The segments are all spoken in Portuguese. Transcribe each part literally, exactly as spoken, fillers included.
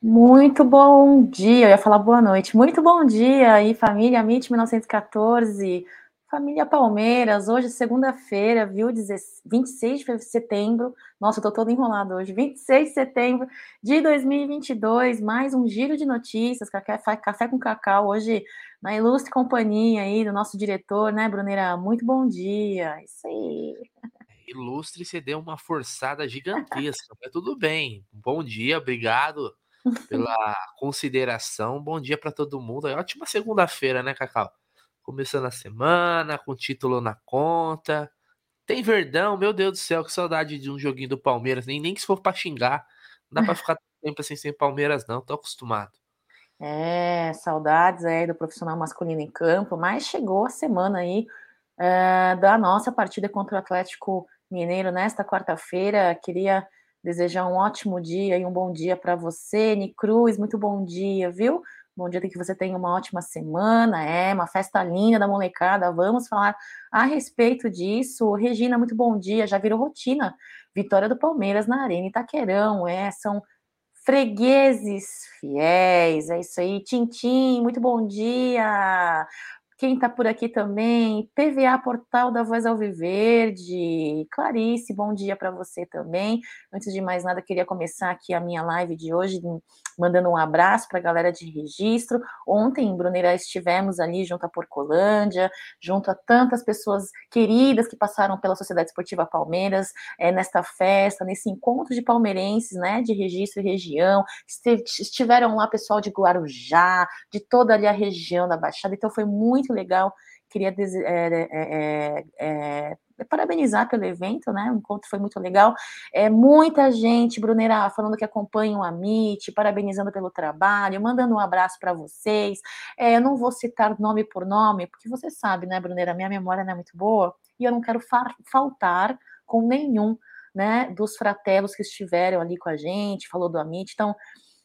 Muito bom dia, eu ia falar boa noite. Muito bom dia aí, família Amit mil novecentos e quatorze, família Palmeiras. Hoje, segunda-feira, viu? vinte e seis de setembro. Nossa, eu tô toda enrolada hoje. vinte e seis de setembro de dois mil e vinte e dois. Mais um giro de notícias, café, café com cacau. Hoje, na ilustre companhia aí do nosso diretor, né, Brunera? Muito bom dia. Isso aí. Ilustre, você deu uma forçada gigantesca, mas tudo bem. Bom dia, obrigado pela consideração. Bom dia para todo mundo. É ótima segunda-feira, né, Cacau? Começando a semana, com título na conta. Tem Verdão, meu Deus do céu, que saudade de um joguinho do Palmeiras. Nem, nem que se for pra xingar. Não dá pra ficar tempo assim sem Palmeiras, não. Tô acostumado. É, saudades aí do profissional masculino em campo, mas chegou a semana aí é, da nossa partida contra o Atlético Mineiro nesta quarta-feira. Queria desejar um ótimo dia e um bom dia para você, Ni Cruz. Muito bom dia, viu? Bom dia, que você tenha uma ótima semana. É uma festa linda da molecada. Vamos falar a respeito disso. Regina, muito bom dia. Já virou rotina. Vitória do Palmeiras na Arena Itaquerão. É, são fregueses fiéis, é isso aí. Tintim, muito bom dia. Quem está por aqui também? P V A Portal da Voz Alviverde. Clarice, bom dia para você também. Antes de mais nada, queria começar aqui a minha live de hoje, mandando um abraço para a galera de registro. Ontem, em Bruneira, estivemos ali junto à Porcolândia, junto a tantas pessoas queridas que passaram pela Sociedade Esportiva Palmeiras, é, nesta festa, nesse encontro de palmeirenses, né, de registro e região. Estiveram lá pessoal de Guarujá, de toda ali a região da Baixada, então foi muito legal. Queria é, é, é, é, parabenizar pelo evento, né? O encontro foi muito legal. É, muita gente, Brunera, falando que acompanha o Amit, parabenizando pelo trabalho, mandando um abraço para vocês. É, eu não vou citar nome por nome, porque você sabe, né, Brunera, minha memória não é muito boa, e eu não quero fa- faltar com nenhum, né, dos fratelos que estiveram ali com a gente, falou do Amit. Então,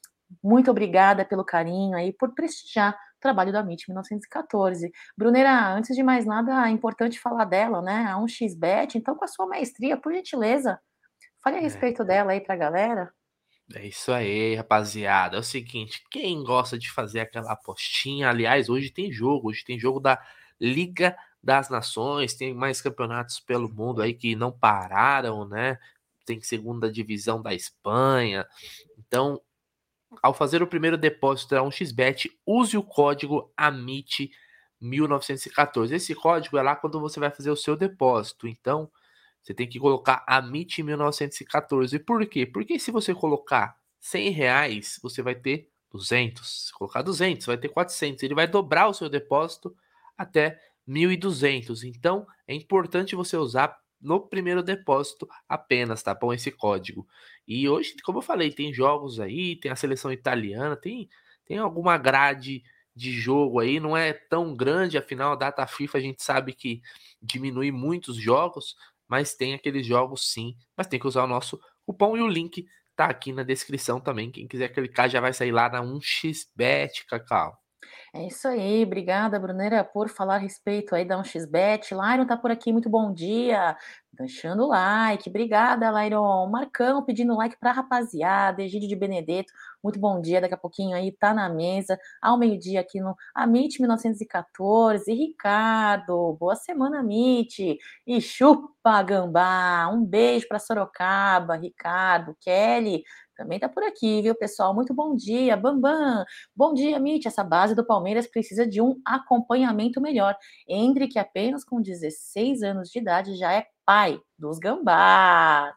muito obrigada pelo carinho aí, por prestigiar o trabalho do Amit mil novecentos e quatorze. Brunera, antes de mais nada, é importante falar dela, né? A um x bet, então, com a sua maestria, por gentileza, fale a É, respeito dela aí pra galera. é isso aí, rapaziada. É o seguinte, quem gosta de fazer aquela apostinha, aliás, hoje tem jogo, hoje tem jogo da Liga das Nações, tem mais campeonatos pelo mundo aí que não pararam, né? Tem segunda divisão da Espanha. Então, ao fazer o primeiro depósito da um x bet, use o código A M I T mil novecentos e quatorze. Esse código é lá quando você vai fazer o seu depósito. Então, você tem que colocar A M I T mil novecentos e quatorze. Por quê? Porque se você colocar cem reais, você vai ter duzentos. Se colocar duzentos, você vai ter quatrocentos. Ele vai dobrar o seu depósito até mil e duzentos. Então, é importante você usar no primeiro depósito apenas, tá bom? Esse código. E hoje, como eu falei, tem jogos aí, tem a seleção italiana, tem, tem alguma grade de jogo aí, não é tão grande, afinal a data FIFA a gente sabe que diminui muitos jogos, mas tem aqueles jogos sim, mas tem que usar o nosso cupom e o link tá aqui na descrição também, quem quiser clicar já vai sair lá na um x bet, Cacau. É isso aí, obrigada, Brunera, por falar a respeito aí da um x bet. Lairon tá por aqui, muito bom dia. Deixando o like, obrigada, Lairon. Marcão pedindo like pra rapaziada. Egídio de Benedetto, muito bom dia. Daqui a pouquinho aí tá na mesa, ao meio-dia aqui no Amit mil novecentos e quatorze. Ricardo, boa semana, Amit. E chupa, gambá. Um beijo pra Sorocaba, Ricardo, Kelly. Também tá por aqui, viu, pessoal? Muito bom dia, Bambam. Bom dia, Mitch. Essa base do Palmeiras precisa de um acompanhamento melhor. Hendrick, apenas com dezesseis anos de idade, já é pai dos gambás.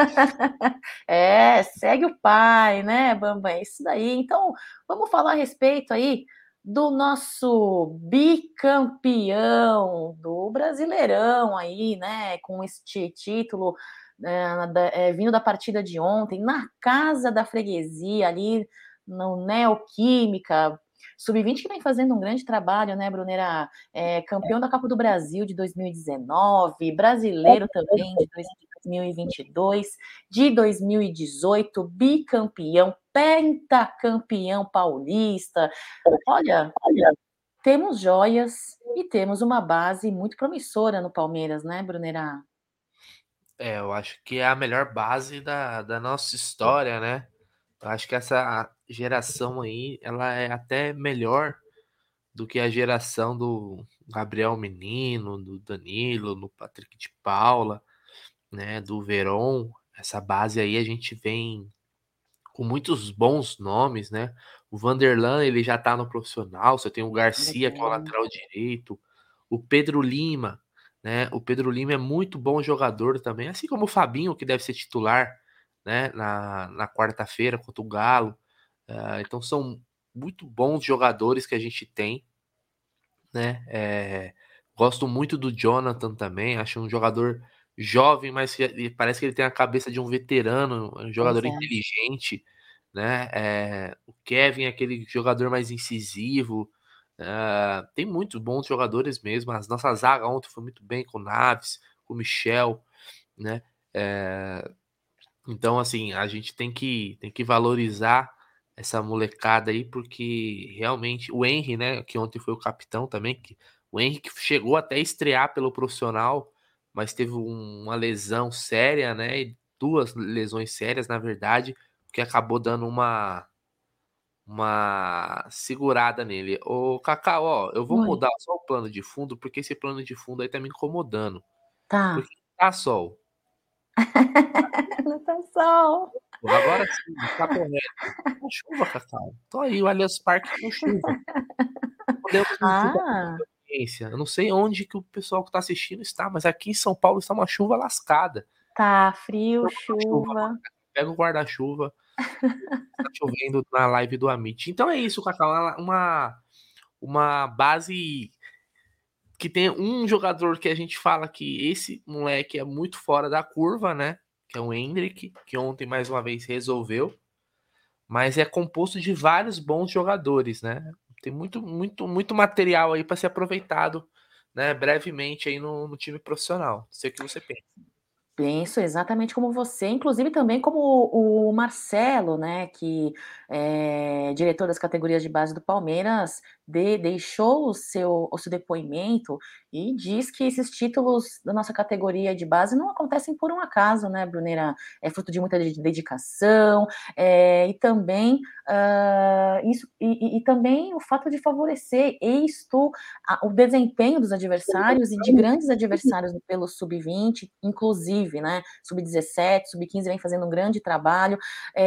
É, segue o pai, né, Bamba? É isso daí. Então, vamos falar a respeito aí do nosso bicampeão do Brasileirão aí, né, com este título é, da, é, vindo da partida de ontem, na casa da freguesia ali no Neoquímica, sub vinte que vem fazendo um grande trabalho, né, Brunera? É, campeão da Copa do Brasil de dois mil e dezenove, brasileiro também de dois mil e vinte e dois, de dois mil e dezoito, bicampeão, pentacampeão paulista. Olha, temos joias e temos uma base muito promissora no Palmeiras, né, Brunera? É, eu acho que é a melhor base da, da nossa história, né? Eu acho que essa geração aí, ela é até melhor do que a geração do Gabriel Menino, do Danilo, do Patrick de Paula, né, do Veron. Essa base aí a gente vem com muitos bons nomes, né? O Vanderlan, ele já tá no profissional, você tem o Garcia, que é o Legal. lateral direito, o Pedro Lima, né? O Pedro Lima é muito bom jogador também, assim como o Fabinho, que deve ser titular, né, na, na quarta-feira contra o Galo. Ah, então são muito bons jogadores que a gente tem, né? É, gosto muito do Jonathan também, acho um jogador jovem, mas que- parece que ele tem a cabeça de um veterano, um Pois jogador é. inteligente, né? É, o Kevin é aquele jogador mais incisivo. Ah, tem muitos bons jogadores mesmo. A nossa zaga ontem foi muito bem com o Naves, com o Michel, né? É, então, assim, a gente tem que, tem que valorizar essa molecada aí, porque realmente o Henry, né, que ontem foi o capitão também, que, o Henry que chegou até a estrear pelo profissional, mas teve um- uma lesão séria, né, e duas lesões sérias, na verdade, que acabou dando uma, uma segurada nele. Ô, Cacau, ó, eu vou Oi. mudar só o plano de fundo, porque esse plano de fundo aí tá me incomodando. Tá. Porque tá sol. Não tá sol. Agora sim, tá correto. Com chuva, Cacau. Tô aí, o Allianz Parque com chuva. Podemos mudar Ah, a audiência. Eu não sei onde que o pessoal que tá assistindo está, mas aqui em São Paulo está uma chuva lascada. tá frio, Então, uma chuva chuva. agora. Pega o guarda-chuva. Tá chovendo na live do Amit. Então é isso, Cacau. Uma, uma base que tem um jogador que a gente fala que esse moleque é muito fora da curva, né? Que é o Hendrick, que ontem mais uma vez resolveu. Mas é composto de vários bons jogadores, né? Tem muito, muito, muito material aí para ser aproveitado, né? Brevemente aí no, no time profissional. Não sei o que você pensa. Penso exatamente como você, inclusive também como o, o Marcelo, né, que é diretor das categorias de base do Palmeiras, de, deixou o seu, o seu depoimento e diz que esses títulos da nossa categoria de base não acontecem por um acaso, né, Brunera? É fruto de muita dedicação, é, e também uh, isso e, e, e, também o fato de favorecer isto, a, o desempenho dos adversários e de grandes adversários pelo sub vinte, inclusive, né? sub dezessete, sub quinze vem fazendo um grande trabalho.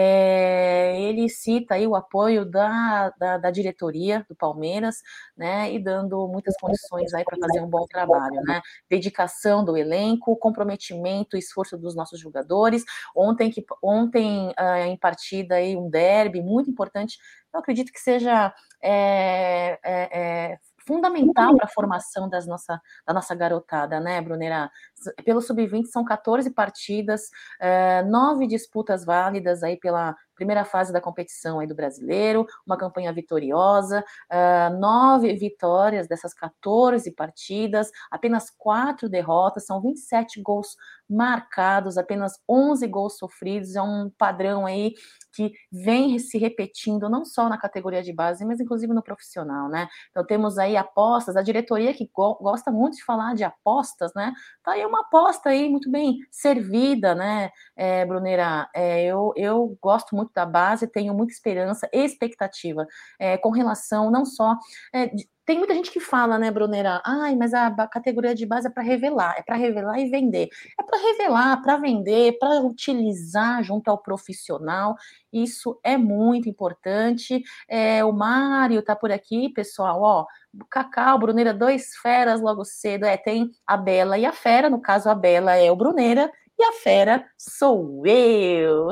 É, ele cita aí o apoio da, da, da diretoria do Palmeiras, né? E dando muitas condições aí para fazer um bom trabalho, né? Dedicação do elenco, comprometimento e esforço dos nossos jogadores. Ontem, que, ontem uh, em partida aí, um derby muito importante. Eu acredito que seja é, é, é, fundamental para a formação das nossa, da nossa garotada, né, Brunera? Pelo sub vinte são quatorze partidas, é, nove disputas válidas aí pela primeira fase da competição aí do brasileiro, uma campanha vitoriosa, uh, nove vitórias dessas quatorze partidas, apenas quatro derrotas, são vinte e sete gols marcados, apenas onze gols sofridos, é um padrão aí que vem se repetindo não só na categoria de base, mas inclusive no profissional, né? Então temos aí apostas, a diretoria que go gosta muito de falar de apostas, né? Tá aí uma aposta aí muito bem servida, né, é, Brunera? É, eu, eu gosto muito da base, tenho muita esperança e expectativa é, com relação não só é, de, tem muita gente que fala, né, Brunera? Ai, mas a, a categoria de base é para revelar, é para revelar e vender. É para revelar, para vender, para utilizar junto ao profissional. Isso é muito importante. É, o Mário tá por aqui, pessoal, ó. Cacau, Bruneira, dois feras logo cedo. É, tem a Bela e a Fera. No caso, a Bela é o Bruneira e a Fera sou eu.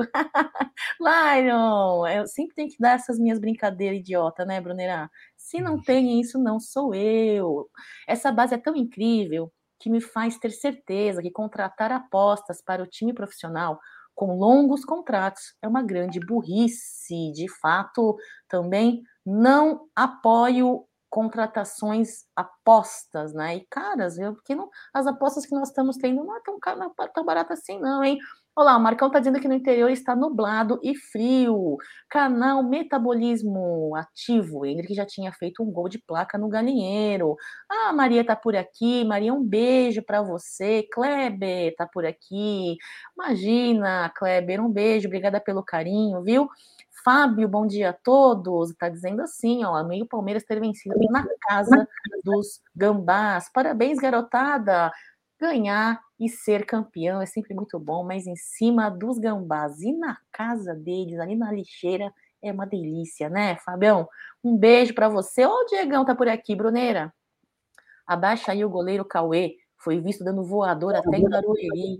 Lion, eu sempre tenho que dar essas minhas brincadeiras idiota, né, Bruneira? Se não tem isso, não sou eu. Essa base é tão incrível que me faz ter certeza que contratar apostas para o time profissional com longos contratos é uma grande burrice. De fato, também não apoio contratações apostas, né? E caras, viu? Porque não, as apostas que nós estamos tendo não é tão, não é tão barata assim, não, hein? Olá, o Marcão tá dizendo que no interior está nublado e frio. Canal Metabolismo Ativo. Ele que já tinha feito um gol de placa no galinheiro. Ah, Maria tá por aqui. Maria, um beijo para você. Kleber tá por aqui. Imagina, Kleber, um beijo. Obrigada pelo carinho, viu? Fábio, bom dia a todos. Está dizendo assim, ó, meio Palmeiras ter vencido na casa dos Gambás. Parabéns, garotada. Ganhar e ser campeão é sempre muito bom, mas em cima dos Gambás e na casa deles, ali na lixeira, é uma delícia, né, Fabião? Um beijo para você. Ô, o Diegão tá por aqui, Bruneira. Abaixa aí o goleiro Cauê. Foi visto dando voador até em Barueri.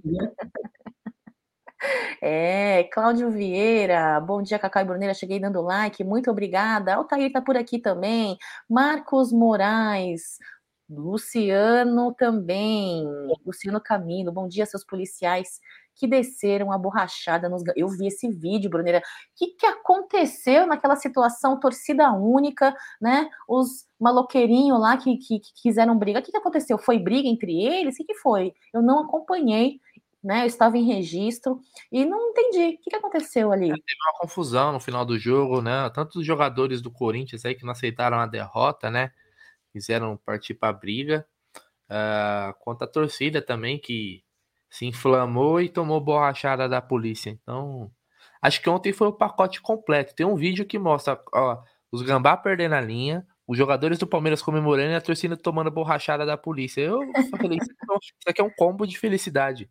É, Cláudio Vieira, bom dia, Cacau e Bruneira, cheguei dando like, muito obrigada. Altair tá por aqui também. Marcos Moraes, Luciano também. Luciano Camilo, bom dia, seus policiais que desceram a borrachada nos... Eu vi esse vídeo, Bruneira. O que, que aconteceu naquela situação, torcida única, né? Os maloqueirinhos lá que, que, que quiseram briga. O que, que aconteceu? Foi briga entre eles? O que, que foi? Eu não acompanhei, né? Eu estava em registro e não entendi. O que, que aconteceu ali? Teve uma confusão no final do jogo, né? Tanto os jogadores do Corinthians aí que não aceitaram a derrota, né? Quiseram partir para a briga. Uh, quanto a torcida também, que se inflamou e tomou borrachada da polícia. Então, acho que ontem foi o pacote completo. Tem um vídeo que mostra, ó, os Gambá perdendo a linha, os jogadores do Palmeiras comemorando e a torcida tomando borrachada da polícia. Eu falei, isso aqui é um combo de felicidade.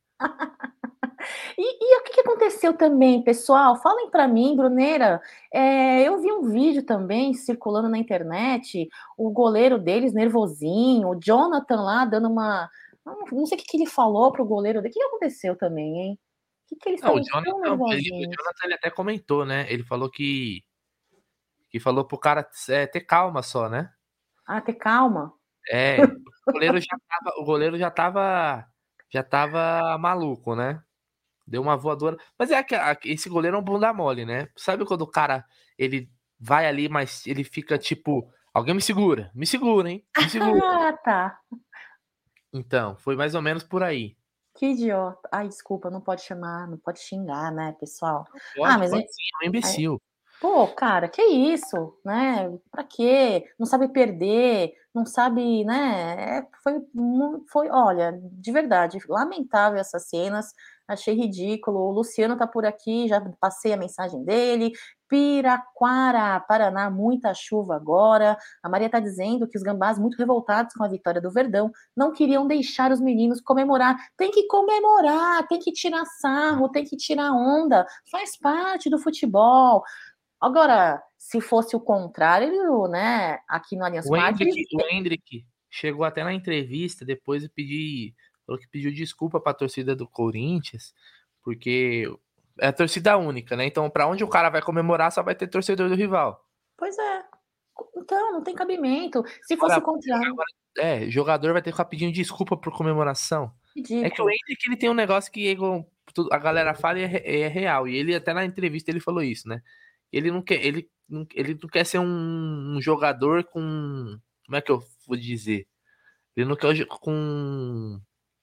E, e o que, que aconteceu também, pessoal? Falem para mim, Bruneira. É, eu vi um vídeo também circulando na internet, o goleiro deles nervosinho, o Jonathan lá dando uma. Não sei o que, que ele falou pro goleiro dele. O que, que aconteceu também, hein? O que, que eles Não, o estavam tão Jonathan, ele, o nervosinhos? Jonathan ele até comentou, né? Ele falou que, que falou pro cara é, ter calma só, né? Ah, ter calma. É, o goleiro já tava, o goleiro já tava, já tava maluco, né? Deu uma voadora. Mas é que a- esse goleiro é um bunda mole, né? Sabe quando o cara, ele vai ali, mas ele fica tipo, alguém me segura, me segura, hein? Me segura. Ah, tá. Então, foi mais ou menos por aí. Que idiota. Ai, desculpa, não pode chamar, não pode xingar, né, pessoal? Ah, Pode, mas pode é, sim, é um imbecil. pô, cara, que isso, né? Pra quê? Não sabe perder, não sabe, né? É, foi, mu- foi, olha, de verdade, lamentável essas cenas, achei ridículo. O Luciano tá por aqui, já passei a mensagem dele. Piraquara, Paraná, muita chuva agora. A Maria tá dizendo que os gambás, muito revoltados com a vitória do Verdão, não queriam deixar os meninos comemorar. Tem que comemorar, tem que tirar sarro, tem que tirar onda, faz parte do futebol. Agora, se fosse o contrário, né, aqui no Allianz O Parque, eles... Hendrick, o Hendrick chegou até na entrevista depois e pedi, falou que pediu desculpa para a torcida do Corinthians, porque é a torcida única, né? Então, para onde o cara vai comemorar, só vai ter torcedor do rival. Pois é. Então, não tem cabimento. Se fosse o Agora, contrário, agora é, jogador vai ter que ficar pedindo desculpa por comemoração. É que o ridículo. Hendrick ele tem um negócio que igual tu- a galera fala e é, re- é real. E ele até na entrevista ele falou isso, né? Ele não quer, ele, não- ele não quer ser um, um jogador com, como é que eu vou dizer? Ele não quer um jo- com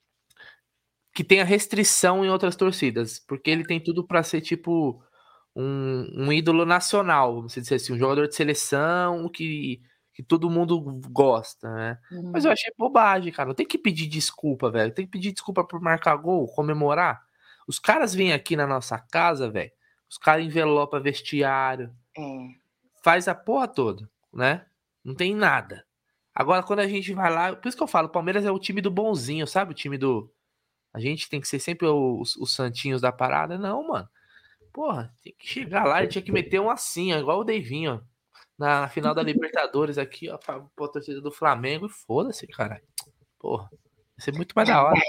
que tenha restrição em outras torcidas, porque ele tem tudo pra ser tipo um, um ídolo nacional, vamos dizer assim, um jogador de seleção que, que todo mundo gosta, né? Mas eu Uhum. achei bobagem, cara. Não tem que pedir desculpa, velho. Tem que pedir desculpa por marcar gol, comemorar. Os caras vêm aqui na nossa casa, velho. Os caras envelopam vestiário, É. faz a porra toda, né? Não tem nada. Agora, quando a gente vai lá, por isso que eu falo, o Palmeiras é o time do bonzinho, sabe? O time do. A gente tem que ser sempre os, os santinhos da parada. Não, mano. Porra, tem que chegar lá, ele tinha que meter um assim, ó, igual o Davinho, ó, na final da Libertadores aqui, ó, pra, pra torcida do Flamengo e foda-se, caralho. Porra, ia ser muito mais da hora.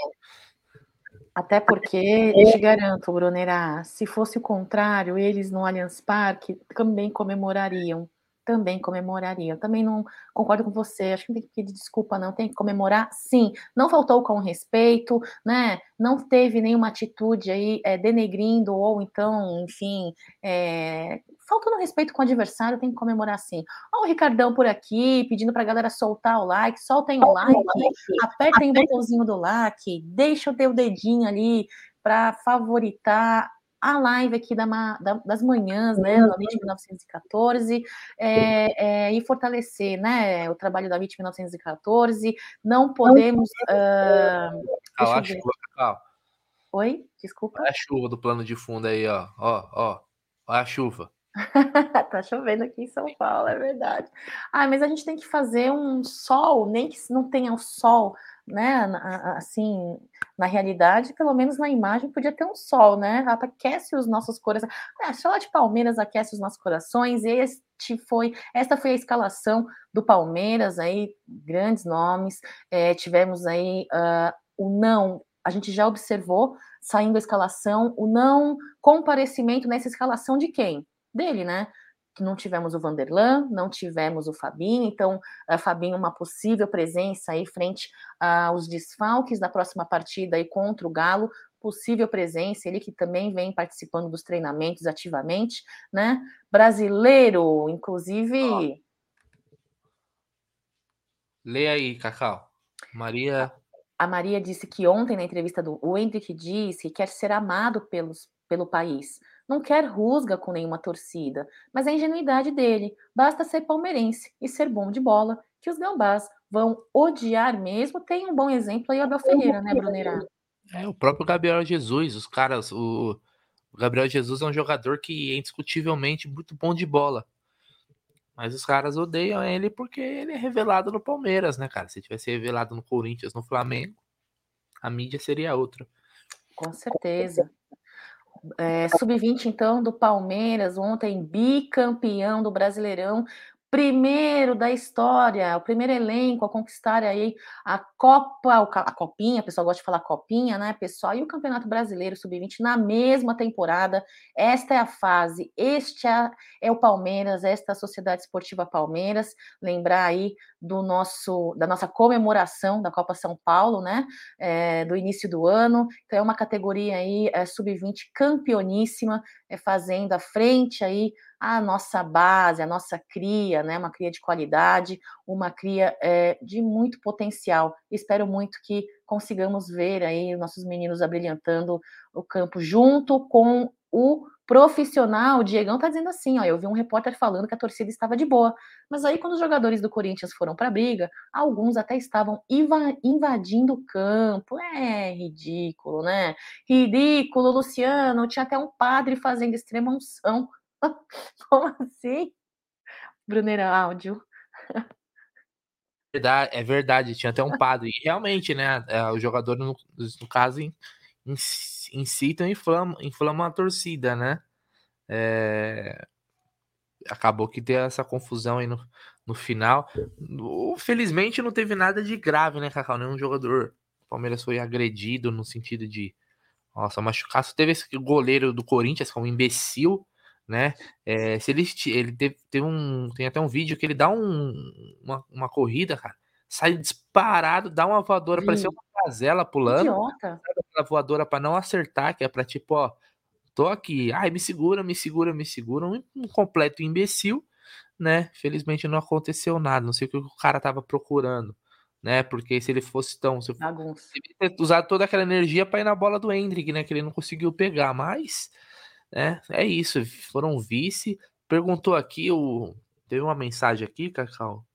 Até porque, te garanto, Brunerá, se fosse o contrário, eles no Allianz Parque também comemorariam. Também comemorariam. Também não concordo com você. Acho que não tem que pedir desculpa, não. Tem que comemorar, sim. Não faltou com respeito, né? Não teve nenhuma atitude aí é, denegrindo, ou então, enfim, é, faltando respeito com o adversário, tem que comemorar sim. Olha o Ricardão por aqui, pedindo pra galera soltar o like. Soltem o like, apertem o botãozinho do like, deixa o teu dedinho ali para favoritar a live aqui da, da, das manhãs, né, da V I T mil novecentos e quatorze, é, é, e fortalecer, né, o trabalho da V I T mil novecentos e quatorze. Não podemos... Uh, Olha deixa a eu ver. chuva, Cacau. Oi? Desculpa. Olha a chuva do plano de fundo aí, ó. Ó, ó. Olha a chuva. Tá chovendo aqui em São Paulo, é verdade. Ah, mas a gente tem que fazer um sol, nem que não tenha o sol, né, na, assim, na realidade, pelo menos na imagem podia ter um sol, né? Aquece os nossos corações. Ah, só de Palmeiras aquece os nossos corações. Este foi, esta foi a escalação do Palmeiras aí, grandes nomes. É, tivemos aí uh, o não. A gente já observou saindo a escalação o não comparecimento nessa escalação de quem? Dele, né? Que não tivemos o Vanderlan, não tivemos o Fabinho, então a Fabinho uma possível presença aí frente aos desfalques da próxima partida aí contra o Galo, possível presença, ele que também vem participando dos treinamentos ativamente, né? Brasileiro, inclusive. Leia aí, Cacau. Maria. A Maria disse que ontem, na entrevista do o Hendrick, disse que quer ser amado pelos, pelo país. Não quer rusga com nenhuma torcida, mas é a ingenuidade dele. Basta ser palmeirense e ser bom de bola, que os gambás vão odiar mesmo. Tem um bom exemplo aí, Abel Ferreira, né, Brunerá? É o próprio Gabriel Jesus, os caras, o, o Gabriel Jesus é um jogador que é indiscutivelmente muito bom de bola. Mas os caras odeiam ele porque ele é revelado no Palmeiras, né, cara? Se tivesse revelado no Corinthians, no Flamengo, a mídia seria outra. Com certeza. É, sub vinte, então, do Palmeiras, ontem bicampeão do Brasileirão, primeiro da história, o primeiro elenco a conquistar aí a Copa, a Copinha, o pessoal gosta de falar Copinha, né, pessoal? E o Campeonato Brasileiro sub vinte na mesma temporada. Esta é a fase, este é, é o Palmeiras, esta é a Sociedade Esportiva Palmeiras. Lembrar aí do nosso, da nossa comemoração da Copa São Paulo, né, é, do início do ano. Então é uma categoria aí é, sub vinte campeoníssima, é, fazendo à frente aí a nossa base, a nossa cria, né? Uma cria de qualidade, uma cria é, de muito potencial. Espero muito que consigamos ver aí nossos meninos abrilhantando o campo junto com o profissional. O Diegão tá dizendo assim, ó, eu vi um repórter falando que a torcida estava de boa, mas aí quando os jogadores do Corinthians foram para a briga, alguns até estavam invadindo o campo. É ridículo, né? Ridículo, Luciano. Tinha até um padre fazendo extrema unção. Como assim? Brunera, áudio. Verdade, é verdade, tinha até um padre. E realmente, né? O jogador, no, no caso, incitam e inflamam, inflamam a torcida, né? É, acabou que deu essa confusão aí no, no final. Felizmente não teve nada de grave, né, Cacau? Nenhum jogador. O Palmeiras foi agredido no sentido de, nossa, machucar. Só teve esse goleiro do Corinthians, que é um imbecil, né? É, se ele, ele teve, teve um. Tem até um vídeo que ele dá um, uma, uma corrida, cara. Sai disparado, dá uma voadora, parecia uma gazela pulando. Idiota. Sabe aquela voadora pra não acertar, que é pra tipo, ó, tô aqui. Ai, me segura, me segura, me segura. Um, um completo imbecil, né? Felizmente não aconteceu nada. Não sei o que o cara tava procurando, né? Porque se ele fosse tão. Se eu, Bagunça. devia ter usado toda aquela energia pra ir na bola do Hendrick, né? Que ele não conseguiu pegar. Mas, né? É isso. Foram vice. Perguntou aqui, o... teve uma mensagem aqui, Cacau,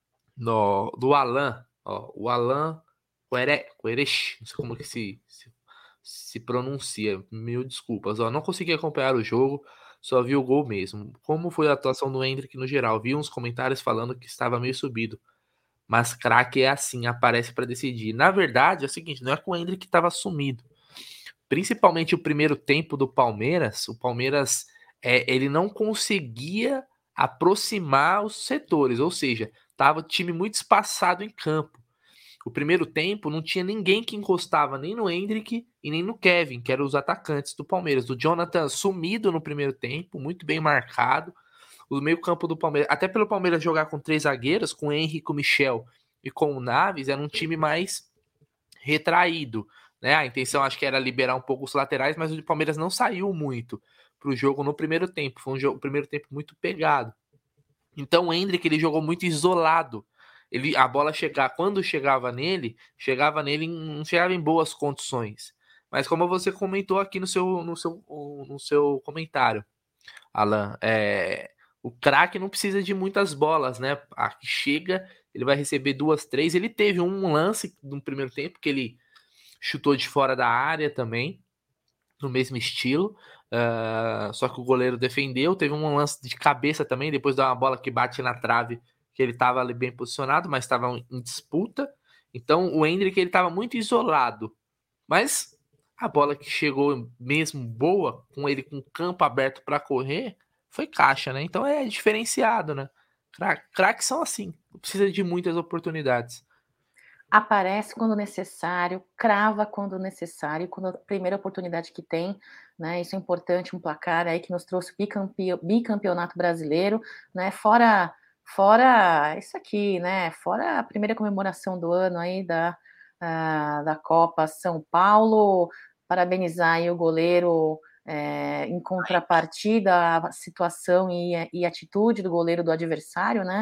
no, do Alan. Ó, o Alan Queresh, não sei como que se, se se pronuncia. Mil desculpas. Ó, não consegui acompanhar o jogo, só vi o gol mesmo. Como foi a atuação do Hendrick no geral? Vi uns comentários falando que estava meio subido. Mas craque é assim, aparece para decidir. Na verdade, é o seguinte, não é que o Hendrick estava sumido. Principalmente o primeiro tempo do Palmeiras, o Palmeiras é, ele não conseguia aproximar os setores, ou seja, tava o time muito espaçado em campo. O primeiro tempo não tinha ninguém que encostava nem no Hendrick e nem no Kevin, que eram os atacantes do Palmeiras. O Jonathan sumido no primeiro tempo, muito bem marcado. O meio-campo do Palmeiras, até pelo Palmeiras jogar com três zagueiros, com o Henrique, o Michel e com o Naves, era um time mais retraído. Né? A intenção acho que era liberar um pouco os laterais, mas o Palmeiras não saiu muito para o jogo no primeiro tempo. Foi um, jogo, um primeiro tempo muito pegado. Então o Hendrick ele jogou muito isolado. Ele, a bola chegar, quando chegava nele, chegava nele, não chegava em boas condições. Mas como você comentou aqui no seu, no seu, no seu comentário, Alan, é, o craque não precisa de muitas bolas, né? A que chega, ele vai receber duas, três. Ele teve um lance no primeiro tempo que ele chutou de fora da área também, no mesmo estilo, Uh, só que o goleiro defendeu, teve um lance de cabeça também, depois de uma bola que bate na trave, que ele estava ali bem posicionado, mas estava em disputa. Então o Endrick ele estava muito isolado, mas a bola que chegou mesmo boa, com ele com o campo aberto para correr, foi caixa, né? Então é diferenciado, né? Craques são assim, não precisa de muitas oportunidades. Aparece quando necessário, crava quando necessário, quando a primeira oportunidade que tem, né? Isso é importante, um placar aí que nos trouxe bicampeão, bicampeonato brasileiro, né? Fora, fora isso aqui, né? Fora a primeira comemoração do ano aí da, uh, da Copa São Paulo, parabenizar aí o goleiro. É, em contrapartida à situação e, e atitude do goleiro do adversário, né?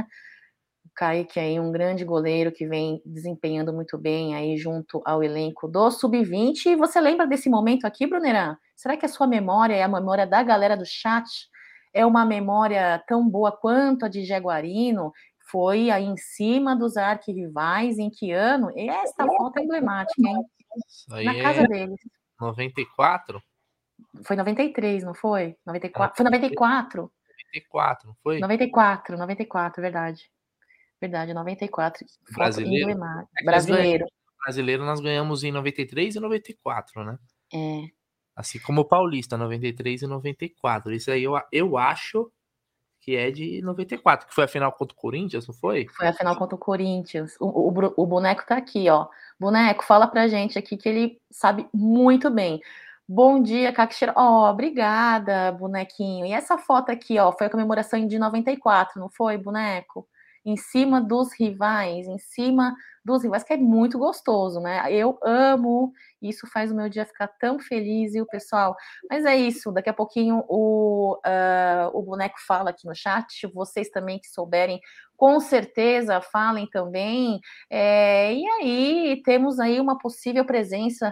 O Kaique aí, um grande goleiro que vem desempenhando muito bem aí junto ao elenco do sub vinte. E você lembra desse momento aqui, Brunerã? Será que a sua memória é a memória da galera do chat? É uma memória tão boa quanto a de Jaguarino? Foi aí em cima dos arquirrivais, em que ano? Esta foto é emblemática, hein? Isso aí Na casa é deles. noventa e quatro? Foi noventa e três, não foi? noventa e quatro. Foi noventa e quatro. noventa e quatro, não foi? noventa e quatro, noventa e quatro, verdade. Verdade, noventa e quatro. Foto Brasileiro? emblemática. É que nós ganhamos, Brasileiro. brasileiro nós ganhamos em noventa e três e noventa e quatro, né? É. Assim como o Paulista, noventa e três e noventa e quatro. Isso aí eu, eu acho que é de noventa e quatro, que foi a final contra o Corinthians, não foi? Foi a final contra o Corinthians. O, o, o boneco tá aqui, ó. Boneco, fala pra gente aqui que ele sabe muito bem. Bom dia, Caxeira. Ó, oh, obrigada, bonequinho. E essa foto aqui, ó, foi a comemoração de noventa e quatro, não foi, boneco? Em cima dos rivais, em cima dos rivais, que é muito gostoso, né? Eu amo, isso faz o meu dia ficar tão feliz, e o pessoal. Mas é isso, daqui a pouquinho o, uh, o boneco fala aqui no chat, vocês também que souberem, com certeza falem também. É, e aí temos aí uma possível presença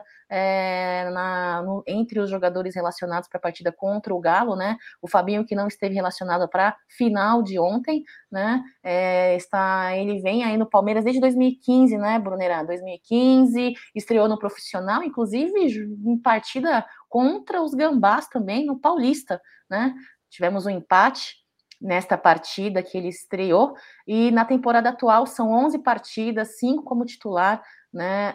é, na, no, entre os jogadores relacionados para a partida contra o Galo, né? O Fabinho, que não esteve relacionado para a final de ontem, né? É, está, ele vem aí no Palmeiras desde dois mil e quinze, né, Brunerá? dois mil e quinze, estreou no profissional, inclusive em partida contra os Gambás também no Paulista, né? Tivemos um empate nesta partida que ele estreou, e na temporada atual são onze partidas, cinco como titular, né?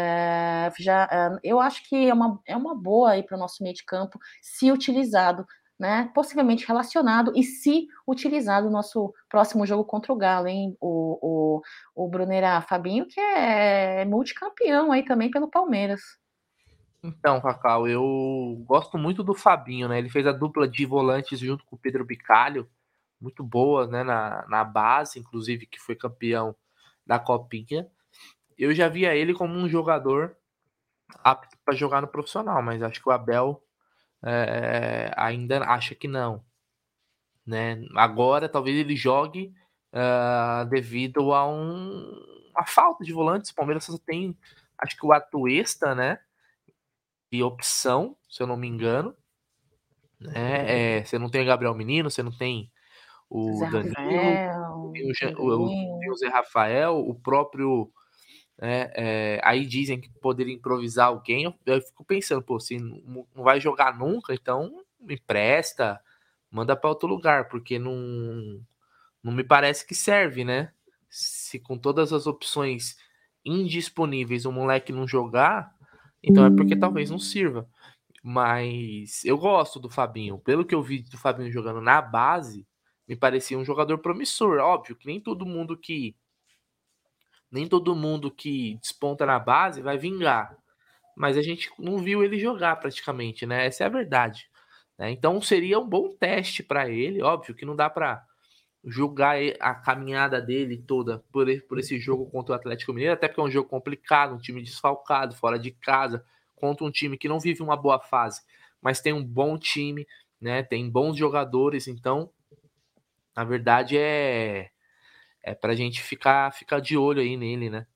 É, já, é, eu acho que é uma, é uma boa aí para o nosso meio de campo, se utilizado, né? Possivelmente relacionado e se utilizado no nosso próximo jogo contra o Galo, hein? O, o, o Brunerá Fabinho, que é multicampeão aí também pelo Palmeiras. Então, Cacau, eu gosto muito do Fabinho, né? Ele fez a dupla de volantes junto com o Pedro Bicalho, muito boa, né? Na, na base, inclusive, que foi campeão da Copinha. Eu já via ele como um jogador apto para jogar no profissional, mas acho que o Abel é, ainda acha que não, né? Agora talvez ele jogue uh, devido a um, uma falta de volantes. O Palmeiras só tem, acho que o Atuesta, né? De opção, se eu não me engano. Né? É, você não tem o Gabriel Menino, você não tem o Zé Danilo, Rafael, tem o, Jean- o, tem Pedrinho. o Zé Rafael, o próprio. Né, é, aí dizem que poderia improvisar alguém. Eu, eu fico pensando, pô, se não, não vai jogar nunca, então me empresta, manda para outro lugar, porque não, não me parece que serve, né? Se com todas as opções indisponíveis o moleque não jogar, então é porque talvez não sirva. Mas eu gosto do Fabinho. Pelo que eu vi do Fabinho jogando na base, me parecia um jogador promissor. Óbvio que nem todo mundo que nem todo mundo que desponta na base vai vingar. Mas a gente não viu ele jogar praticamente, né? Essa é a verdade. Né? Então seria um bom teste para ele. Óbvio que não dá para julgar a caminhada dele toda por, por esse jogo contra o Atlético Mineiro, até porque é um jogo complicado, um time desfalcado, fora de casa, contra um time que não vive uma boa fase, mas tem um bom time, né? Tem bons jogadores, então, na verdade, é, é pra gente ficar, ficar de olho aí nele, né?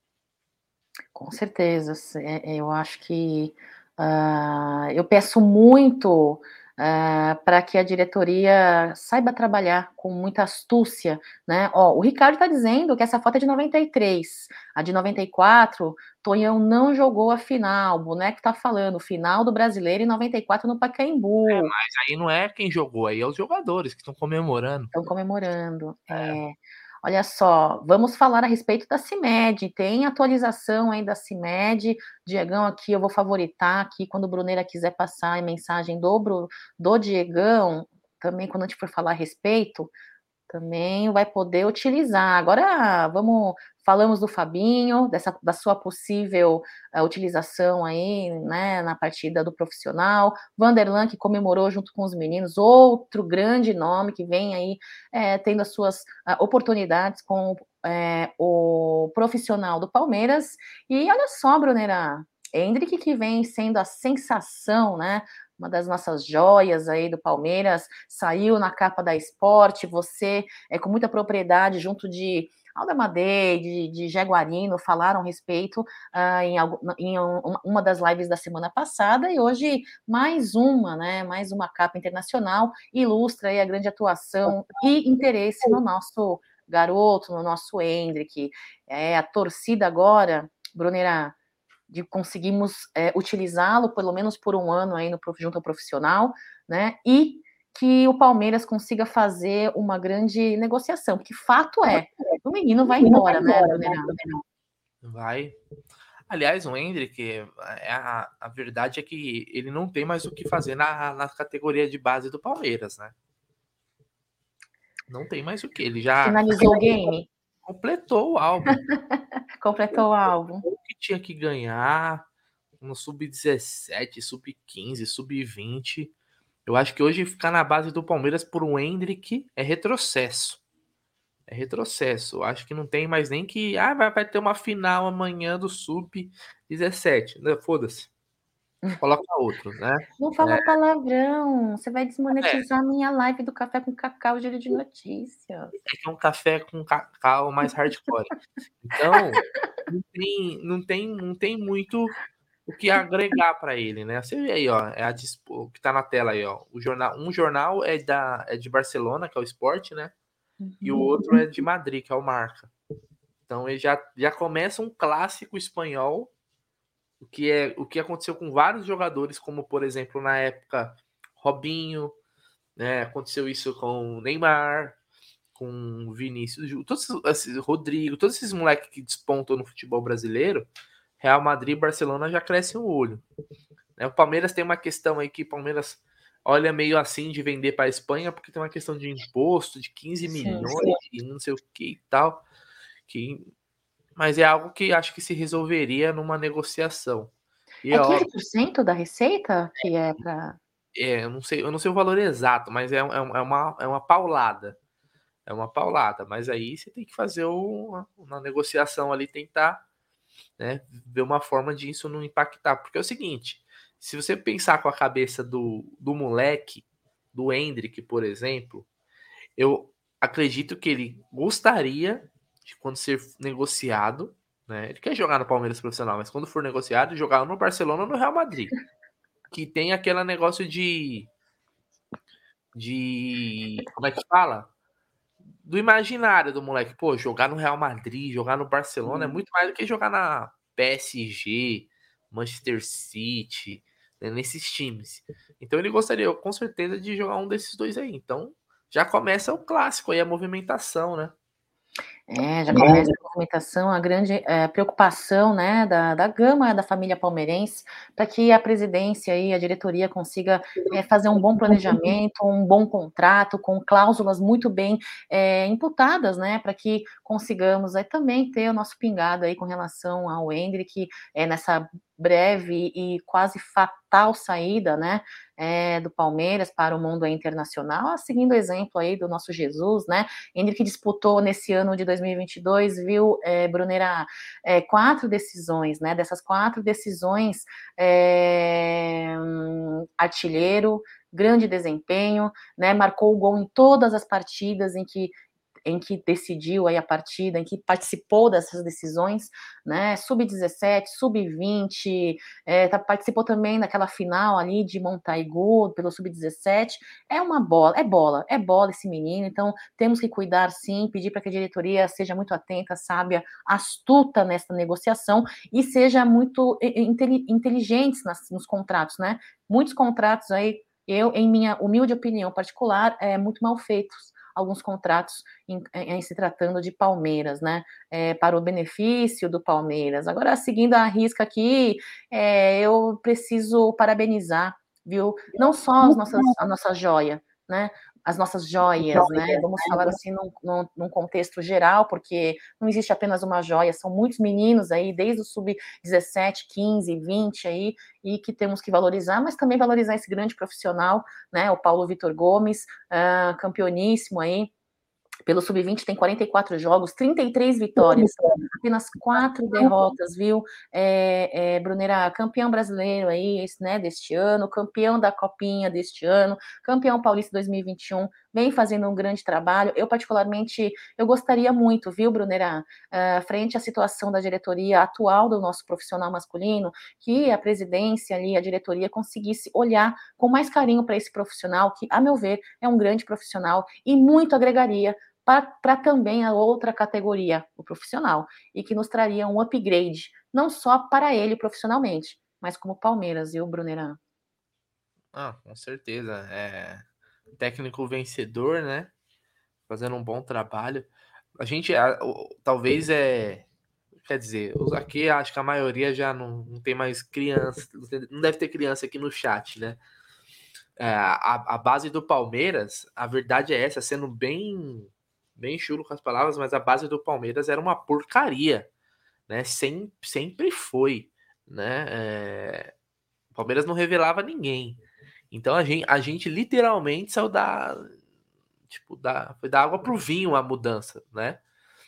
Com certeza, eu acho que uh, eu peço muito uh, para que a diretoria saiba trabalhar com muita astúcia, né? Ó, o Ricardo está dizendo que essa foto é de noventa e três, a de noventa e quatro Tonhão não jogou a final, o boneco tá falando, final do Brasileiro em noventa e quatro no Pacaembu. É, mas aí não é quem jogou, aí é os jogadores que estão comemorando. Estão comemorando, É. é. Olha só, vamos falar a respeito da CIMED, tem atualização aí da CIMED, Diegão aqui, eu vou favoritar aqui, quando o Bruneira quiser passar a mensagem do, Bru, do Diegão, também quando a gente for falar a respeito, também vai poder utilizar. Agora, vamos, falamos do Fabinho, dessa, da sua possível uh, utilização aí, né, na partida do profissional. Vanderlan, que comemorou junto com os meninos, outro grande nome que vem aí é, tendo as suas uh, oportunidades com é, o profissional do Palmeiras. E olha só, Brunera, Hendrick que vem sendo a sensação, né, uma das nossas joias aí do Palmeiras, saiu na capa da Esporte, você é com muita propriedade junto de Aldamadei, de, de Jaguarino, falaram a respeito uh, em, em um, uma das lives da semana passada, e hoje mais uma, né, mais uma capa internacional, ilustra aí a grande atuação e interesse no nosso garoto, no nosso Hendrick. É, a torcida agora, Brunera, de conseguimos é, utilizá-lo pelo menos por um ano aí no junto ao profissional, né? E que o Palmeiras consiga fazer uma grande negociação, porque fato é, o menino vai embora, né, Brunerano? Vai. Aliás, o Hendrick, a, a verdade é que ele não tem mais o que fazer na, na categoria de base do Palmeiras, né? Não tem mais o que. Ele já finalizou o game? Completou o álbum. Completou o álbum. O que tinha que ganhar no sub dezessete, sub quinze, sub vinte. Eu acho que hoje ficar na base do Palmeiras por um Hendrick é retrocesso. É retrocesso. Eu acho que não tem mais nem que. Ah, vai, vai ter uma final amanhã do sub dezessete. Foda-se. Coloca outro, né? Não fala é... palavrão. Você vai desmonetizar é. a minha live do Café com Cacau, Giro de Notícias. É que é um café com cacau mais hardcore. Então, não tem, não tem, não tem muito o que agregar para ele, né? Você vê aí, ó, é a o que tá na tela aí, ó. O jornal, um jornal é da é de Barcelona, que é o Sport, né? Uhum. E o outro é de Madrid, que é o Marca. Então ele já, já começa um clássico espanhol, o que é o que aconteceu com vários jogadores, como por exemplo na época Robinho, né? Aconteceu isso com o Neymar, com o Vinícius, todos esses, Rodrigo, todos esses moleques que despontam no futebol brasileiro. Real Madrid e Barcelona já crescem o olho. O Palmeiras tem uma questão aí que o Palmeiras olha meio assim de vender para a Espanha, porque tem uma questão de imposto de quinze milhões e não sei o que e tal. Que... Mas é algo que acho que se resolveria numa negociação. E é quinze por cento ó, da receita que é para. É, eu não sei, eu não sei o valor exato, mas é, é, é, uma, é uma paulada. É uma paulada. Mas aí você tem que fazer uma, uma negociação ali, tentar, né, ver uma forma de isso não impactar. Porque é o seguinte, se você pensar com a cabeça do, do moleque, do Hendrick, por exemplo, eu acredito que ele gostaria de, quando ser negociado, né, ele quer jogar no Palmeiras profissional, mas quando for negociado, jogar no Barcelona ou no Real Madrid. Que tem aquele negócio de... de... como é que fala? Do imaginário do moleque. Pô, jogar no Real Madrid, jogar no Barcelona é muito mais do que jogar na P S G, Manchester City, né, nesses times. Então ele gostaria, com certeza, de jogar um desses dois aí. Então já começa o clássico aí, a movimentação, né? É, já começa a movimentação, a grande é, preocupação, né, da, da gama da família palmeirense, para que a presidência e a diretoria consiga é, fazer um bom planejamento, um bom contrato, com cláusulas muito bem é, imputadas, né, para que consigamos aí, também ter o nosso pingado aí com relação ao Hendrick, é, nessa breve e quase fatal saída, né, é, do Palmeiras para o mundo internacional, seguindo o exemplo aí do nosso Jesus, né, Hendrick disputou nesse ano de dois mil e vinte e dois, viu, é, Brunera, é, quatro decisões, né, dessas quatro decisões, é, artilheiro, grande desempenho, né, marcou o gol em todas as partidas em que em que decidiu aí a partida, em que participou dessas decisões, né? sub dezessete, sub vinte, é, tá, participou também daquela final ali de Montaigu, pelo sub dezessete. É uma bola, é bola, é bola esse menino, então temos que cuidar sim, pedir para que a diretoria seja muito atenta, sábia, astuta nessa negociação e seja muito inteligente nas, nos contratos, né? Muitos contratos aí, eu, em minha humilde opinião particular, é muito mal feitos alguns contratos em, em, em se tratando de Palmeiras, né, é, para o benefício do Palmeiras. Agora, seguindo a risca aqui, é, eu preciso parabenizar, viu, não só as nossas, a nossa joia, né, as nossas joias, né, vamos falar assim num, num, num contexto geral, porque não existe apenas uma joia, são muitos meninos aí, desde o sub dezessete, quinze, vinte aí, e que temos que valorizar, mas também valorizar esse grande profissional, né, o Paulo Vitor Gomes, uh, campeoníssimo aí, pelo sub vinte tem quarenta e quatro jogos, trinta e três vitórias, apenas quatro derrotas, viu? É, é, Brunera, campeão brasileiro aí, né, deste ano, campeão da Copinha deste ano, campeão paulista dois mil e vinte e um, vem fazendo um grande trabalho. Eu, particularmente, eu gostaria muito, viu, Brunera, uh, frente à situação da diretoria atual do nosso profissional masculino, que a presidência ali, a diretoria conseguisse olhar com mais carinho para esse profissional, que, a meu ver, é um grande profissional e muito agregaria para também a outra categoria, o profissional, e que nos traria um upgrade, não só para ele profissionalmente, mas como Palmeiras, viu, Brunerã? Ah, com certeza. É técnico vencedor, né? Fazendo um bom trabalho. A gente, a, o, talvez é. Quer dizer, os aqui acho que a maioria já não, não tem mais criança. Não deve ter criança aqui no chat, né? É, a, a base do Palmeiras, a verdade é essa, sendo bem, bem chulo com as palavras, mas a base do Palmeiras era uma porcaria, né? Sem, sempre foi, né? É, o Palmeiras não revelava ninguém. Então a gente, a gente literalmente saiu da, tipo, da, foi da água pro vinho a mudança, né?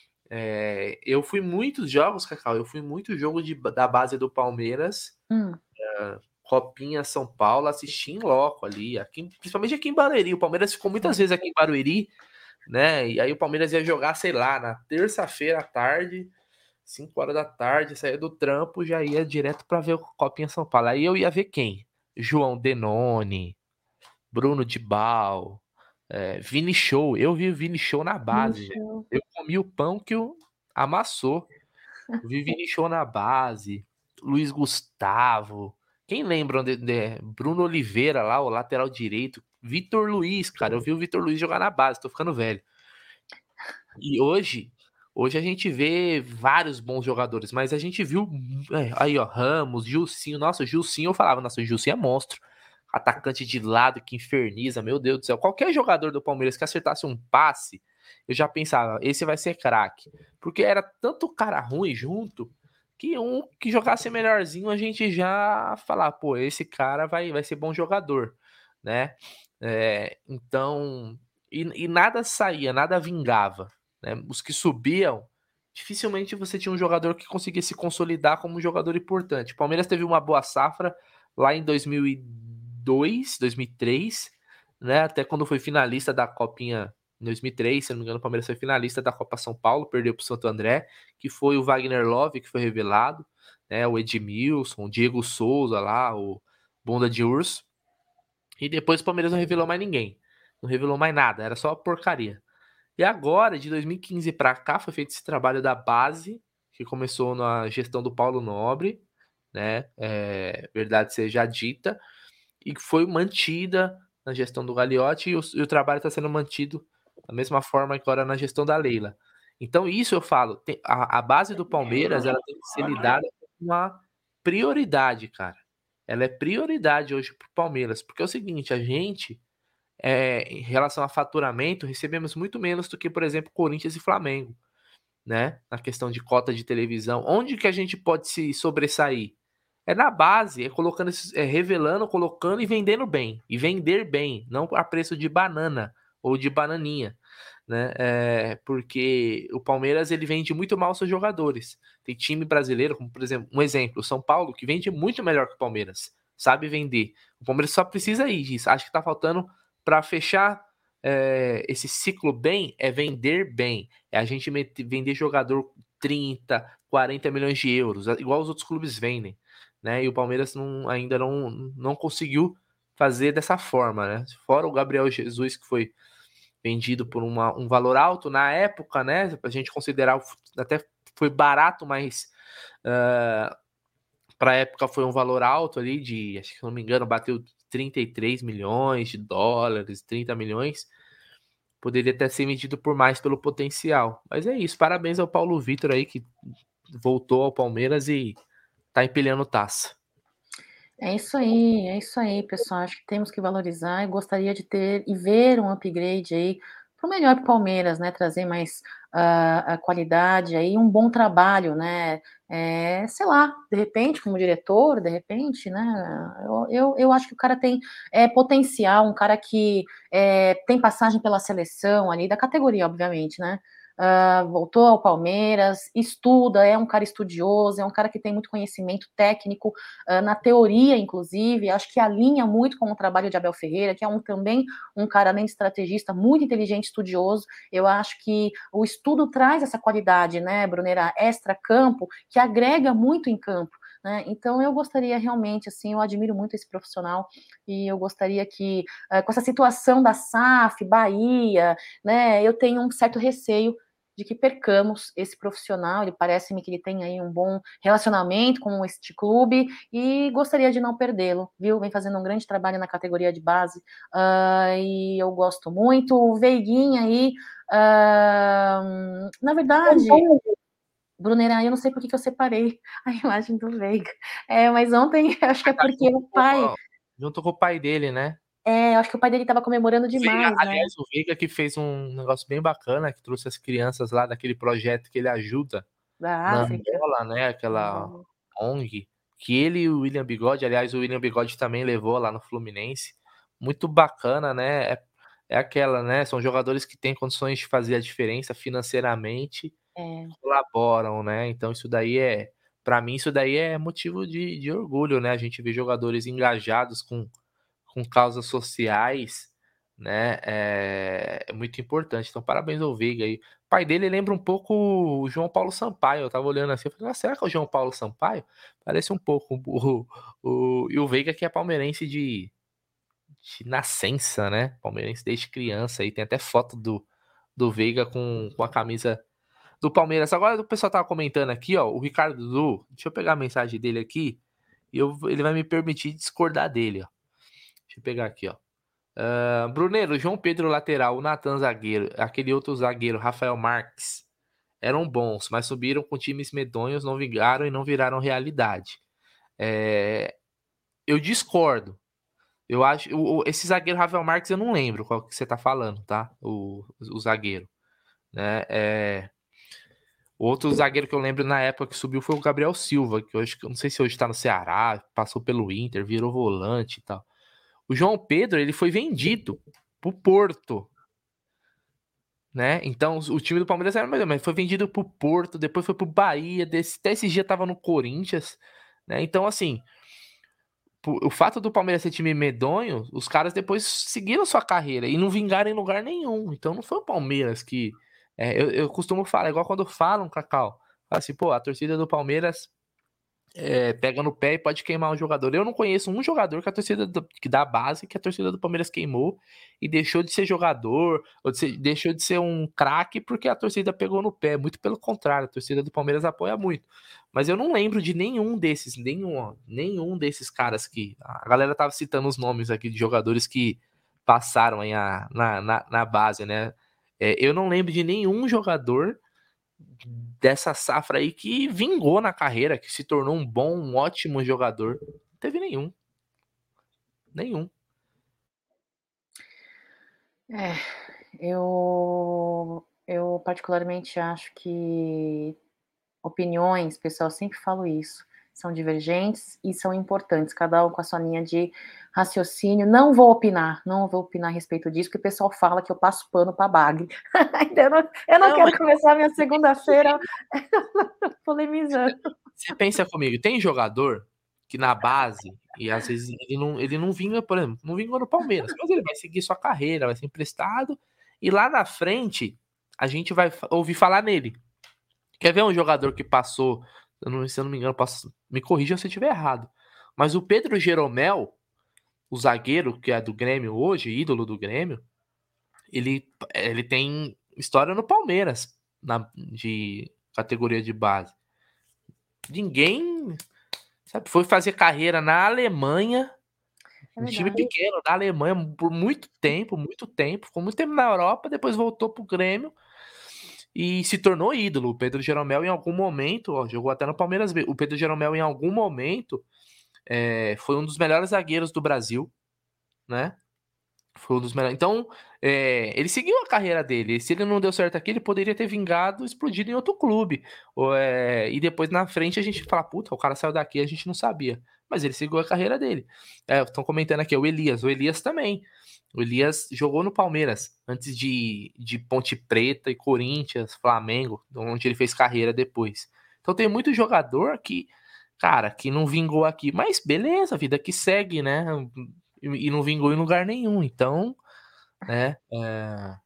É, eu fui muitos jogos, Cacau, eu fui muito jogo de, da base do Palmeiras, Hum. uh, Copinha São Paulo, assisti em loco ali, aqui, principalmente aqui em Barueri. O Palmeiras ficou muitas vezes aqui em Barueri, né? E aí o Palmeiras ia jogar, sei lá, na terça-feira à tarde, cinco horas da tarde, saía do trampo, já ia direto para ver o Copinha São Paulo. Aí eu ia ver quem? João Denoni, Bruno Dibal, é, Vini Show. Eu vi o Vini Show na base, velho. Eu comi o pão que o amassou. Eu vi Vini Show na base, Luiz Gustavo. Quem lembra de, de Bruno Oliveira lá, o lateral direito? Vitor Luiz, cara. Eu vi o Vitor Luiz jogar na base, tô ficando velho. E hoje, hoje a gente vê vários bons jogadores, mas a gente viu é, aí, ó, Ramos, Gilcinho. Nossa, o Gilcinho eu falava, nossa, o Gilcinho é monstro. Atacante de lado que inferniza, meu Deus do céu. Qualquer jogador do Palmeiras que acertasse um passe, eu já pensava, esse vai ser craque. Porque era tanto cara ruim junto que um que jogasse melhorzinho a gente já falar, pô, esse cara vai, vai ser bom jogador, né? É, então, e, e nada saía, nada vingava, né? Os que subiam, dificilmente você tinha um jogador que conseguia se consolidar como um jogador importante. O Palmeiras teve uma boa safra lá em dois mil e dois, dois mil e três, né? Até quando foi finalista da Copinha em dois mil e três, se não me engano, o Palmeiras foi finalista da Copa São Paulo, perdeu para o Santo André, que foi o Wagner Love que foi revelado, né? O Edmilson, o Diego Souza lá, o Bunda de Urso. E depois o Palmeiras não revelou mais ninguém. Não revelou mais nada, era só porcaria. E agora, de dois mil e quinze para cá, foi feito esse trabalho da base, que começou na gestão do Paulo Nobre, né? É, verdade seja dita, e que foi mantida na gestão do Gagliotti, e o, e o trabalho está sendo mantido da mesma forma que agora na gestão da Leila. Então, isso eu falo, tem, a, a base do Palmeiras ela tem que ser lidada com uma prioridade, cara. Ela é prioridade hoje para o Palmeiras, porque é o seguinte, a gente, é, em relação a faturamento, recebemos muito menos do que, por exemplo, Corinthians e Flamengo, né? Na questão de cota de televisão. Onde que a gente pode se sobressair? É na base, é colocando, é revelando, colocando e vendendo bem. E vender bem, não a preço de banana ou de bananinha, né? É, porque o Palmeiras ele vende muito mal seus jogadores. Tem time brasileiro, como por exemplo, um exemplo, o São Paulo, que vende muito melhor que o Palmeiras, sabe vender. O Palmeiras só precisa ir disso. Acho que tá faltando para fechar é, esse ciclo bem é vender bem. É a gente meter, vender jogador trinta, quarenta milhões de euros, igual os outros clubes vendem, né? E o Palmeiras não, ainda não, não conseguiu fazer dessa forma, né? Fora o Gabriel Jesus, que foi vendido por uma, um valor alto na época, né? A gente considerar, até foi barato, mas uh, para a época foi um valor alto ali de, acho que se não me engano, bateu trinta e três milhões de dólares, trinta milhões. Poderia até ser medido por mais pelo potencial. Mas é isso. Parabéns ao Paulo Vitor aí, que voltou ao Palmeiras e tá empilhando taça. É isso aí, é isso aí, pessoal. Acho que temos que valorizar e gostaria de ter e ver um upgrade aí para o melhor para o Palmeiras, né? Trazer mais uh, a qualidade aí, um bom trabalho, né? É, sei lá, de repente, como diretor, de repente, né? Eu, eu, eu acho que o cara tem é, potencial, um cara que é, tem passagem pela seleção ali, da categoria, obviamente, né? Uh, voltou ao Palmeiras, estuda, é um cara estudioso, é um cara que tem muito conhecimento técnico, uh, na teoria, inclusive, acho que alinha muito com o trabalho de Abel Ferreira, que é um, também um cara, além de estrategista, muito inteligente, estudioso. Eu acho que o estudo traz essa qualidade, né, Brunera, extra-campo, que agrega muito em campo. Né? Então, eu gostaria realmente, assim, eu admiro muito esse profissional e eu gostaria que, uh, com essa situação da S A F, Bahia, né, eu tenho um certo receio de que percamos esse profissional. Ele parece-me que ele tem aí um bom relacionamento com este clube e gostaria de não perdê-lo, viu? Vem fazendo um grande trabalho na categoria de base uh, e eu gosto muito. O Veiguinha aí, uh, na verdade, Brunera, eu não sei por que, que eu separei a imagem do Veiga, é, mas ontem acho que é porque o pai... Junto com o pai dele, né? É, acho que o pai dele estava comemorando demais, Veiga, né? aliás, o Veiga que fez um negócio bem bacana, que trouxe as crianças lá daquele projeto que ele ajuda Da na África. Angola, né? Aquela O N G, que ele e o William Bigode, aliás, o William Bigode também levou lá no Fluminense. Muito bacana, né? É, é aquela, né? São jogadores que têm condições de fazer a diferença financeiramente, É. colaboram, né? Então isso daí é, para mim, isso daí é motivo de, de orgulho, né? A gente vê jogadores engajados com, com causas sociais, né? É, é muito importante. Então, parabéns ao Veiga aí. O pai dele lembra um pouco o João Paulo Sampaio. Eu tava olhando assim, eu falei, ah, será que é o João Paulo Sampaio? Parece um pouco. O, o, e o Veiga que é palmeirense de, de nascença, né? Palmeirense desde criança. E tem até foto do, do Veiga com, com a camisa do Palmeiras. Agora o pessoal tava comentando aqui, ó, o Ricardo Dudu. Deixa eu pegar a mensagem dele aqui e eu, ele vai me permitir discordar dele, ó. Deixa eu pegar aqui, ó. Uh, Brunero, João Pedro lateral, o Natan zagueiro, aquele outro zagueiro, Rafael Marques, eram bons, mas subiram com times medonhos, não vingaram e não viraram realidade. É, eu discordo. Eu acho. O, esse zagueiro Rafael Marques eu não lembro qual que você tá falando, tá? O, o zagueiro. Né? É, outro zagueiro que eu lembro na época que subiu foi o Gabriel Silva, que hoje, eu não sei se hoje tá no Ceará, passou pelo Inter, virou volante e tal. O João Pedro, ele foi vendido pro Porto, né? Então, o time do Palmeiras era melhor, mas foi vendido pro Porto, depois foi pro Bahia, desse, até esse dia tava no Corinthians, né? Então, assim, o fato do Palmeiras ser time medonho, os caras depois seguiram sua carreira e não vingaram em lugar nenhum. Então, não foi o Palmeiras que... É, eu, eu costumo falar, igual quando falam, Cacau, fala assim, pô, a torcida do Palmeiras é, pega no pé e pode queimar um jogador. Eu não conheço um jogador que a torcida do, que dá base que a torcida do Palmeiras queimou e deixou de ser jogador, ou de ser, deixou de ser um craque porque a torcida pegou no pé. Muito pelo contrário, a torcida do Palmeiras apoia muito. Mas eu não lembro de nenhum desses, nenhum, nenhum desses caras que. A galera tava citando os nomes aqui de jogadores que passaram aí a, na, na, na base, né? É, eu não lembro de nenhum jogador dessa safra aí que vingou na carreira, que se tornou um bom, um ótimo jogador. Não teve nenhum. Nenhum. É, eu, eu particularmente acho que opiniões, pessoal, sempre falo isso, são divergentes e são importantes, cada um com a sua linha de raciocínio. Não vou opinar, não vou opinar a respeito disso, porque o pessoal fala que eu passo pano para bagre. eu não, eu não, não quero começar minha segunda-feira polemizando. Você pensa comigo, tem jogador que na base, e às vezes ele não, ele não vinga, por exemplo, não vingou no Palmeiras, mas ele vai seguir sua carreira, vai ser emprestado, e lá na frente a gente vai ouvir falar nele. Quer ver um jogador que passou, eu não, se eu não me engano, passo, me corrija se eu estiver errado, mas o Pedro Jeromel, o zagueiro que é do Grêmio hoje, ídolo do Grêmio, ele, ele tem história no Palmeiras, na, de categoria de base. Ninguém, sabe, foi fazer carreira na Alemanha, É um time verdade. pequeno, na Alemanha, por muito tempo, muito tempo, ficou muito tempo na Europa, depois voltou pro Grêmio e se tornou ídolo. O Pedro Jeromel, em algum momento, ó, jogou até no Palmeiras B. O Pedro Jeromel, em algum momento, é, foi um dos melhores zagueiros do Brasil, né? Foi um dos melhores. Então, é, ele seguiu a carreira dele. Se ele não deu certo aqui, ele poderia ter vingado, explodido em outro clube. Ou, é, e depois na frente a gente fala, puta, o cara saiu daqui, a gente não sabia. Mas ele seguiu a carreira dele. Estão é, comentando aqui, o Elias. O Elias também. O Elias jogou no Palmeiras antes de, de Ponte Preta e Corinthians, Flamengo, onde ele fez carreira depois. Então tem muito jogador que, cara, que não vingou aqui. Mas beleza, a vida que segue, né? E não vingou em lugar nenhum. Então, né? É...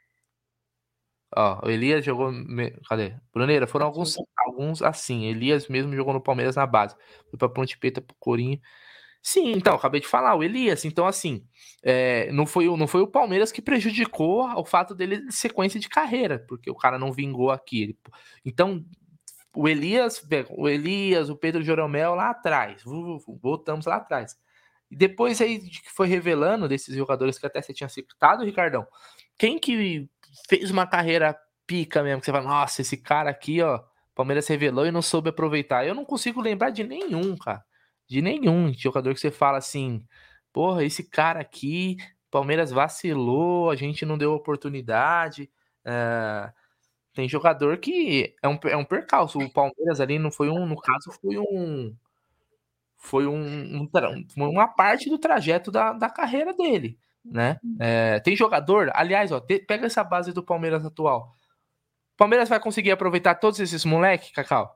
Ó, o Elias jogou. me- Cadê? Bruneira, foram Aqui. alguns, alguns assim. Elias mesmo jogou no Palmeiras na base. Foi pra Ponte Preta, pro Corinho. Sim, então, acabei de falar, o Elias. Então, assim, é, não, foi, o- não foi o Palmeiras que prejudicou o fato dele de sequência de carreira, porque o cara não vingou aqui. Ele- Então, o Elias, o Elias, o Pedro Joromel lá atrás. vu- vu- Voltamos lá atrás. E depois aí de que foi revelando desses jogadores que até você tinha citado, Ricardão, quem que fez uma carreira pica mesmo, que você fala, nossa, esse cara aqui, ó, Palmeiras revelou e não soube aproveitar. Eu não consigo lembrar de nenhum, cara. De nenhum de jogador que você fala assim, porra, esse cara aqui, Palmeiras vacilou, a gente não deu oportunidade. É, tem jogador que é um, é um percalço. O Palmeiras ali não foi um, no caso, foi um foi um, um tra- foi uma parte do trajeto da, da carreira dele, né? É, tem jogador, aliás, ó, te- pega essa base do Palmeiras atual. O Palmeiras vai conseguir aproveitar todos esses moleques, Cacau?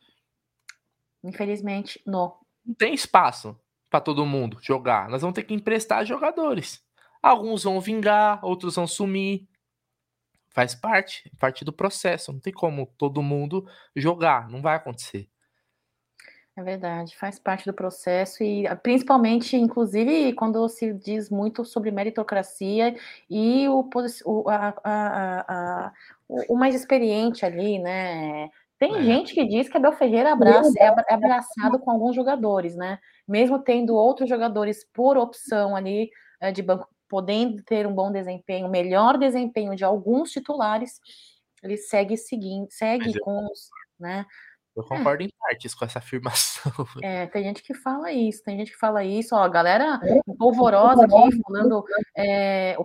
Infelizmente, não. Não tem espaço para todo mundo jogar. Nós vamos ter que emprestar jogadores. Alguns vão vingar, outros vão sumir. Faz parte, parte do processo. Não tem como todo mundo jogar, não vai acontecer. É verdade, faz parte do processo e ah, principalmente, inclusive, quando se diz muito sobre meritocracia e o, posi- o, a- a- a- a- o- o mais experiente ali, né? Tem É, gente que diz que Abel Ferreira abraça, é abra- é abraçado com alguns jogadores, né? Mesmo tendo outros jogadores por opção ali eh, de banco, podendo ter um bom desempenho, melhor desempenho de alguns titulares, ele segue seguindo, mas segue eu, com os, né? eu É, concordo em partes com essa afirmação. é, tem gente que fala isso, tem gente que fala isso, ó, a galera polvorosa aqui, falando, é,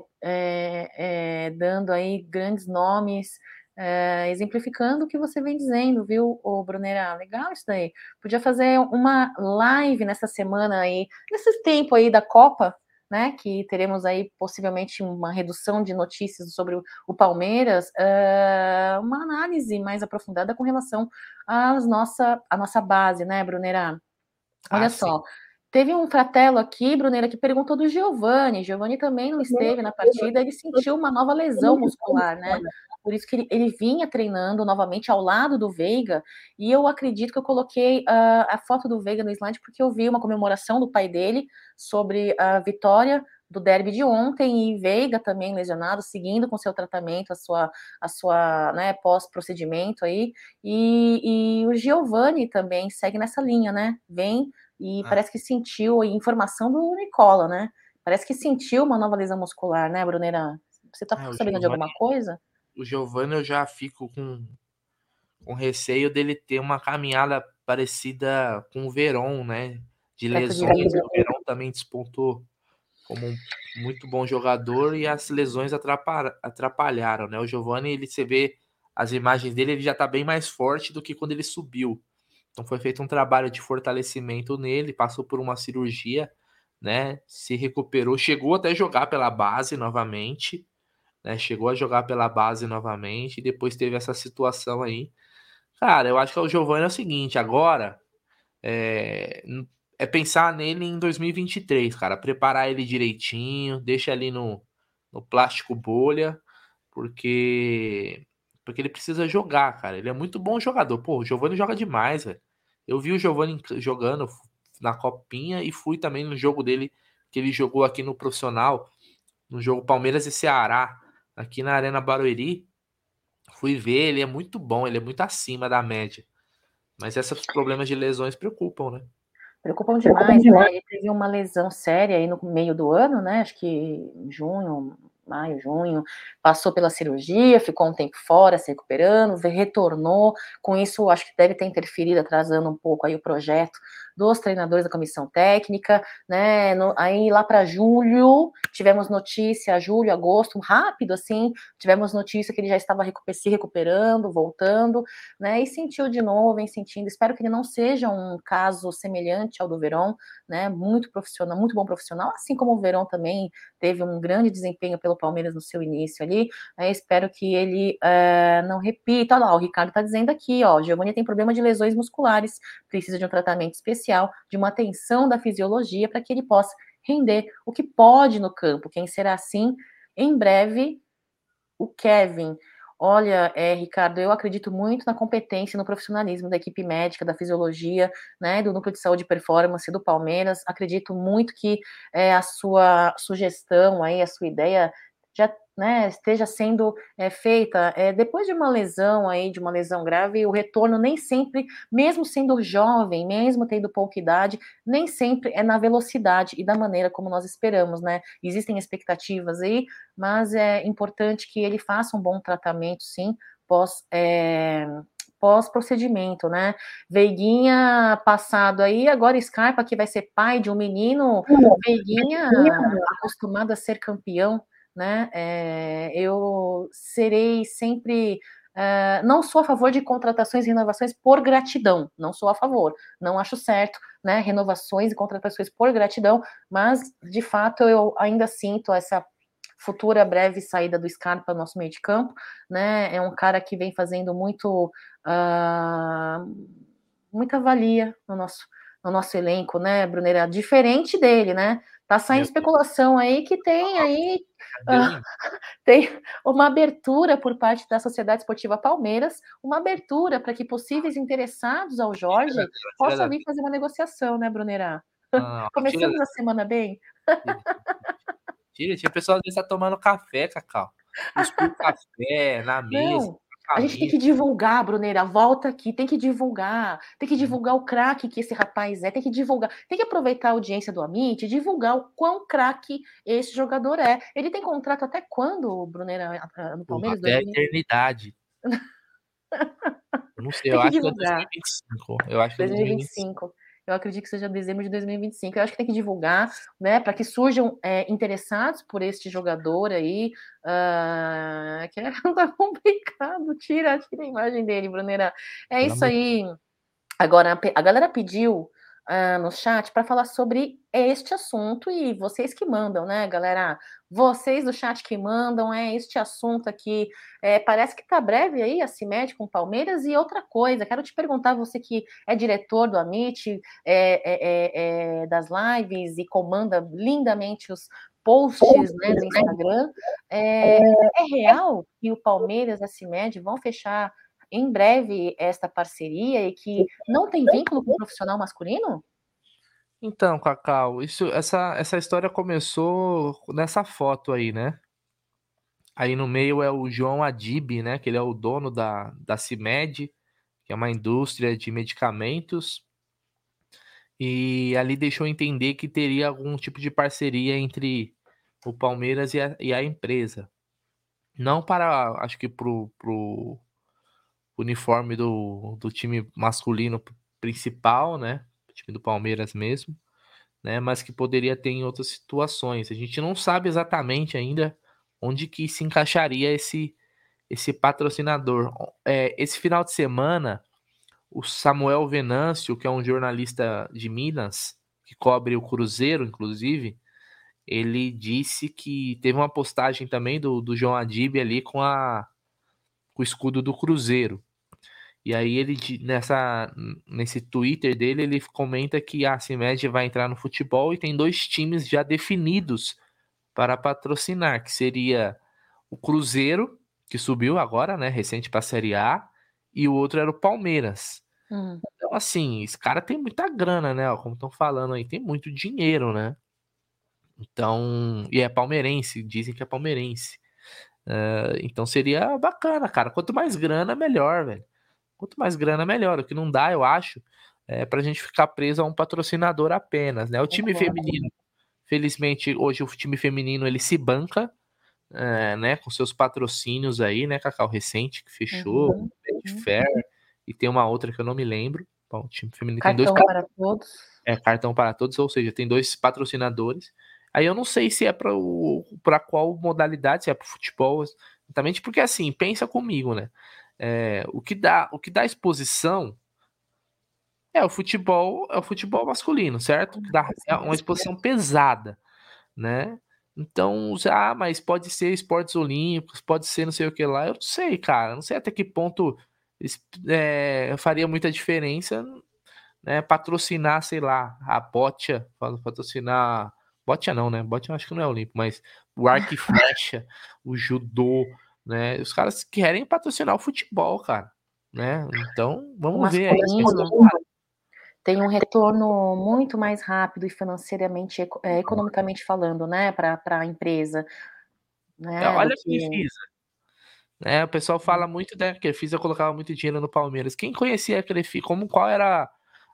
é, é, dando aí grandes nomes, é, exemplificando o que você vem dizendo, viu, ô Brunera? Legal isso daí. Podia fazer uma live nessa semana aí, nesse tempo aí da Copa, né, que teremos aí possivelmente uma redução de notícias sobre o, o Palmeiras, é, uma análise mais aprofundada com relação às nossa, à nossa base, né, Brunera? Ah, Olha sim. só, teve um fratelo aqui, Brunera, que perguntou do Giovani. Giovani também não esteve na partida, ele sentiu uma nova lesão muscular, né? Por isso que ele, ele vinha treinando novamente ao lado do Veiga, e eu acredito que eu coloquei uh, a foto do Veiga no slide porque eu vi uma comemoração do pai dele sobre a vitória do derby de ontem, e Veiga também lesionado, seguindo com seu tratamento, a sua, a sua né, pós-procedimento aí, e, e o Giovani também segue nessa linha, né? Vem e Ah, parece que sentiu, informação do Nicola, né? Parece que sentiu uma nova lesão muscular, né, Brunera? Você tá ah, o sabendo de alguma Giovani, coisa? o Giovani eu já fico com, com receio dele ter uma caminhada parecida com o Verón, né? De Perto de lesões. Veiga. O Verón também despontou como um muito bom jogador e as lesões atrapalha- atrapalharam, né? O Giovani, ele você vê as imagens dele, ele já tá bem mais forte do que quando ele subiu. Então foi feito um trabalho de fortalecimento nele, passou por uma cirurgia, né? Se recuperou, chegou até jogar pela base novamente, né? Chegou a jogar pela base novamente e depois teve essa situação aí. Cara, eu acho que o Giovani é o seguinte, agora é, é pensar nele em dois mil e vinte e três, cara. Preparar ele direitinho, deixa ali no, no plástico bolha, porque porque ele precisa jogar, cara. Ele é muito bom jogador. Pô, o Giovani joga demais, velho. Eu vi o Giovani jogando na Copinha e fui também no jogo dele, que ele jogou aqui no profissional, no jogo Palmeiras e Ceará, aqui na Arena Barueri. Fui ver, ele é muito bom, ele é muito acima da média. Mas esses problemas de lesões preocupam, né? Preocupam demais, né? Ele teve uma lesão séria aí no meio do ano, né? Acho que em junho, maio, junho, passou pela cirurgia, ficou um tempo fora, se recuperando, retornou. Com isso, acho que deve ter interferido, atrasando um pouco aí o projeto dos treinadores da comissão técnica, né? No, aí lá para julho, tivemos notícia, julho, agosto, rápido assim, tivemos notícia que ele já estava se recuperando, voltando, né? E sentiu de novo, vem sentindo. Espero que ele não seja um caso semelhante ao do Verón, né? Muito profissional, muito bom profissional, assim como o Verón também teve um grande desempenho pelo Palmeiras no seu início ali. Né? Espero que ele é, não repita. Olha lá, o Ricardo está dizendo aqui, ó, o Giovani tem problema de lesões musculares, precisa de um tratamento especial, de uma atenção da fisiologia para que ele possa render o que pode no campo. Quem será assim em breve? O Kevin. Olha, é, Ricardo, eu acredito muito na competência e no profissionalismo da equipe médica, da fisiologia, né, do núcleo de saúde e performance do Palmeiras. Acredito muito que é, a sua sugestão aí, a sua ideia já, né, esteja sendo é, feita é, depois de uma lesão aí, de uma lesão grave, o retorno nem sempre, mesmo sendo jovem, mesmo tendo pouca idade, nem sempre é na velocidade e da maneira como nós esperamos, né? Existem expectativas aí, mas é importante que ele faça um bom tratamento, sim, pós, é, pós-procedimento, né? Veiguinha passado aí, agora Scarpa que vai ser pai de um menino, Veiguinha acostumado a ser campeão, né? É, eu serei sempre... Uh, não sou a favor de contratações e renovações por gratidão, não sou a favor, não acho certo, né, renovações e contratações por gratidão, mas, de fato, eu ainda sinto essa futura breve saída do Scarpa no nosso meio de campo, né, é um cara que vem fazendo muito, uh, muita valia no nosso, no nosso elenco, né, Brunera, diferente dele, né, tá saindo Meu Deus. especulação aí que tem aí... Deu Uh, tem uma abertura por parte da Sociedade Esportiva Palmeiras, uma abertura para que possíveis interessados ao Jorge possam vir fazer uma negociação, né, Brunera? Não, tira, Começamos a semana bem? tira, tira. O pessoal às vezes tá tomando café, Cacau. Cuspiu café na mesa, Não, na a gente tem camisa. que divulgar, Brunera, volta aqui, tem que divulgar, tem que divulgar o craque que esse rapaz é, tem que divulgar, tem que aproveitar a audiência do Amit e divulgar o quão craque esse jogador é. Ele tem contrato até quando, Brunera, no Porra, Palmeiras? até a dois mil e vinte? eternidade. Eu não sei, Tem eu que acho que é divulgar. dois mil e vinte e cinco. Eu acho que é dois mil e vinte e cinco. dois mil e vinte e cinco. Eu acredito que seja dezembro de dois mil e vinte e cinco. Eu acho que tem que divulgar, né, para que surjam é, interessados por este jogador aí, uh, que é, tá complicado. Tira, tira a imagem dele, Brunera. É Pelo isso amor aí. Agora, a galera pediu uh, no chat para falar sobre este assunto e vocês que mandam, né, galera? Vocês do chat que mandam, é este assunto aqui. É, parece que tá breve aí a CIMED com o Palmeiras. E outra coisa, quero te perguntar, você que é diretor do Amit, é, é, é, das lives e comanda lindamente os posts, né, no Instagram, é, é real que o Palmeiras e a CIMED vão fechar em breve esta parceria e que não tem vínculo com o profissional masculino? Então, Cacau, isso, essa, essa história começou nessa foto aí, né? Aí no meio é o João Adib, né? Que ele é o dono da, da CIMED, que é uma indústria de medicamentos. E ali deixou entender que teria algum tipo de parceria entre o Palmeiras e a, e a empresa. Não para, acho que pro, pro uniforme do, do time masculino principal, né? O time do Palmeiras mesmo, né? Mas que poderia ter em outras situações. A gente não sabe exatamente ainda onde que se encaixaria esse, esse patrocinador. É, esse final de semana, o Samuel Venâncio, que é um jornalista de Minas, que cobre o Cruzeiro, inclusive, ele disse que teve uma postagem também do, do João Adib ali com, a, com o escudo do Cruzeiro. E aí ele nessa nesse Twitter dele ele comenta que a CIMED vai entrar no futebol e tem dois times já definidos para patrocinar, que seria o Cruzeiro, que subiu agora, né, recente para a Série A, e o outro era o Palmeiras. Hum. Então, assim, esse cara tem muita grana, né? Ó, como estão falando aí, tem muito dinheiro, né? Então, e é palmeirense, dizem que é palmeirense. Uh, então seria bacana, cara. Quanto mais grana, melhor, velho. Quanto mais grana, melhor. O que não dá, eu acho, é pra gente ficar preso a um patrocinador apenas, né? O time feminino, felizmente, hoje o time feminino ele se banca, é, né? Com seus patrocínios aí, né? Cacau recente que fechou, Uhum. Fair, e tem uma outra que eu não me lembro. Bom, o time feminino tem dois Cartão para todos. É, cartão para todos, ou seja, tem dois patrocinadores. Aí eu não sei se é para para qual modalidade, se é para futebol, exatamente porque assim, pensa comigo, né? É, o que dá, o que dá exposição é o futebol, é o futebol masculino, certo? Que dá é uma exposição pesada, né? Então, ah, mas pode ser esportes olímpicos, pode ser não sei o que lá, eu não sei, cara, não sei até que ponto é, faria muita diferença, né, patrocinar, sei lá, a Botia, patrocinar, Botia não, né, Botia eu acho que não é olímpico, mas o arco e flecha, o judô, né, os caras querem patrocinar o futebol, cara, né, então vamos O ver aí. masculino tem um retorno muito mais rápido e financeiramente, é, economicamente falando, né, para a empresa, né, Olha do a que... Crefisa, né, o pessoal fala muito da Crefisa, colocava muito dinheiro no Palmeiras. Quem conhecia a Crefisa, como qual era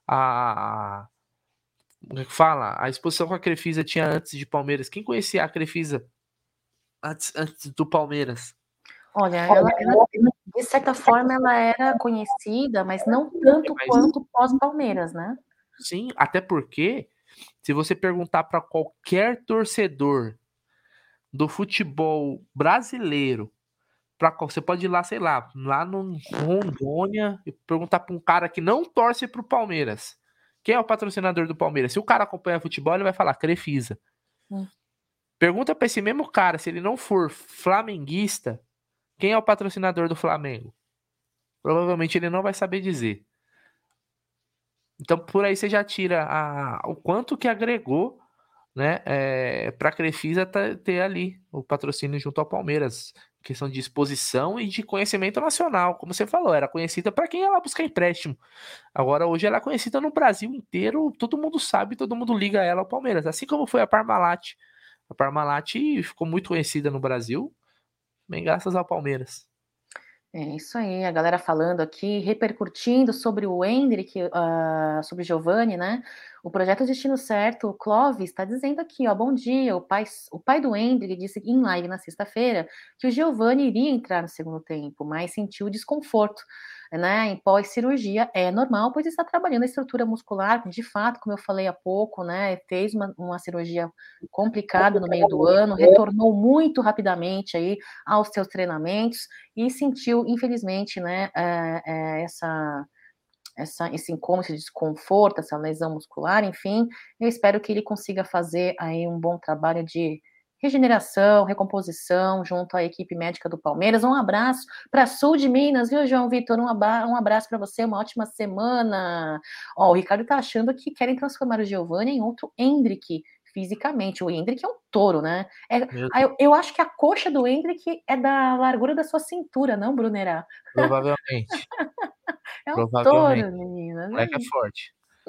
a, como é que fala, a exposição que a Crefisa tinha antes de Palmeiras? Quem conhecia a Crefisa antes, antes do Palmeiras? Olha, ela, ela, de certa forma, ela era conhecida, mas não tanto Mas, quanto pós-Palmeiras, né? sim, até porque, se você perguntar para qualquer torcedor do futebol brasileiro, pra, você pode ir lá, sei lá, lá no Rondônia e perguntar para um cara que não torce pro Palmeiras. Quem é o patrocinador do Palmeiras? Se o cara acompanha futebol, ele vai falar Crefisa. Hum. Pergunta para esse mesmo cara, se ele não for flamenguista, quem é o patrocinador do Flamengo? Provavelmente ele não vai saber dizer. Então por aí você já tira a, o quanto que agregou, né, é, para a Crefisa ter ali o patrocínio junto ao Palmeiras, questão de exposição e de conhecimento nacional, como você falou, era conhecida para quem ia lá buscar empréstimo. Agora hoje ela é conhecida no Brasil inteiro, todo mundo sabe, todo mundo liga ela ao Palmeiras, assim como foi a Parmalat. A Parmalat ficou muito conhecida no Brasil, bem graças ao Palmeiras. É isso aí, a galera falando aqui, repercutindo sobre o Hendrick, uh, sobre o Giovanni, né? O projeto Destino Certo, o Clóvis está dizendo aqui, ó, bom dia, o pai, o pai do Hendrick disse em live na sexta-feira que o Giovanni iria entrar no segundo tempo, mas sentiu desconforto, né, em pós-cirurgia. É normal, pois está trabalhando a estrutura muscular, de fato, como eu falei há pouco, né, fez uma, uma cirurgia complicada no meio do ano, retornou muito rapidamente aí aos seus treinamentos e sentiu, infelizmente, né, é, é, essa... Essa, esse incômodo, esse desconforto, essa lesão muscular, enfim, eu espero que ele consiga fazer aí um bom trabalho de regeneração, recomposição, junto à equipe médica do Palmeiras. Um abraço para Sul de Minas, viu, João Vitor? Um, um abraço para você, uma ótima semana. Ó, o Ricardo tá achando que querem transformar o Giovanni em outro Hendrick, fisicamente. O Hendrick é um touro, né? É, eu, eu acho que a coxa do Hendrick é da largura da sua cintura, não, Brunerá? Provavelmente. É um Provavelmente. touro, menina. O moleque é forte.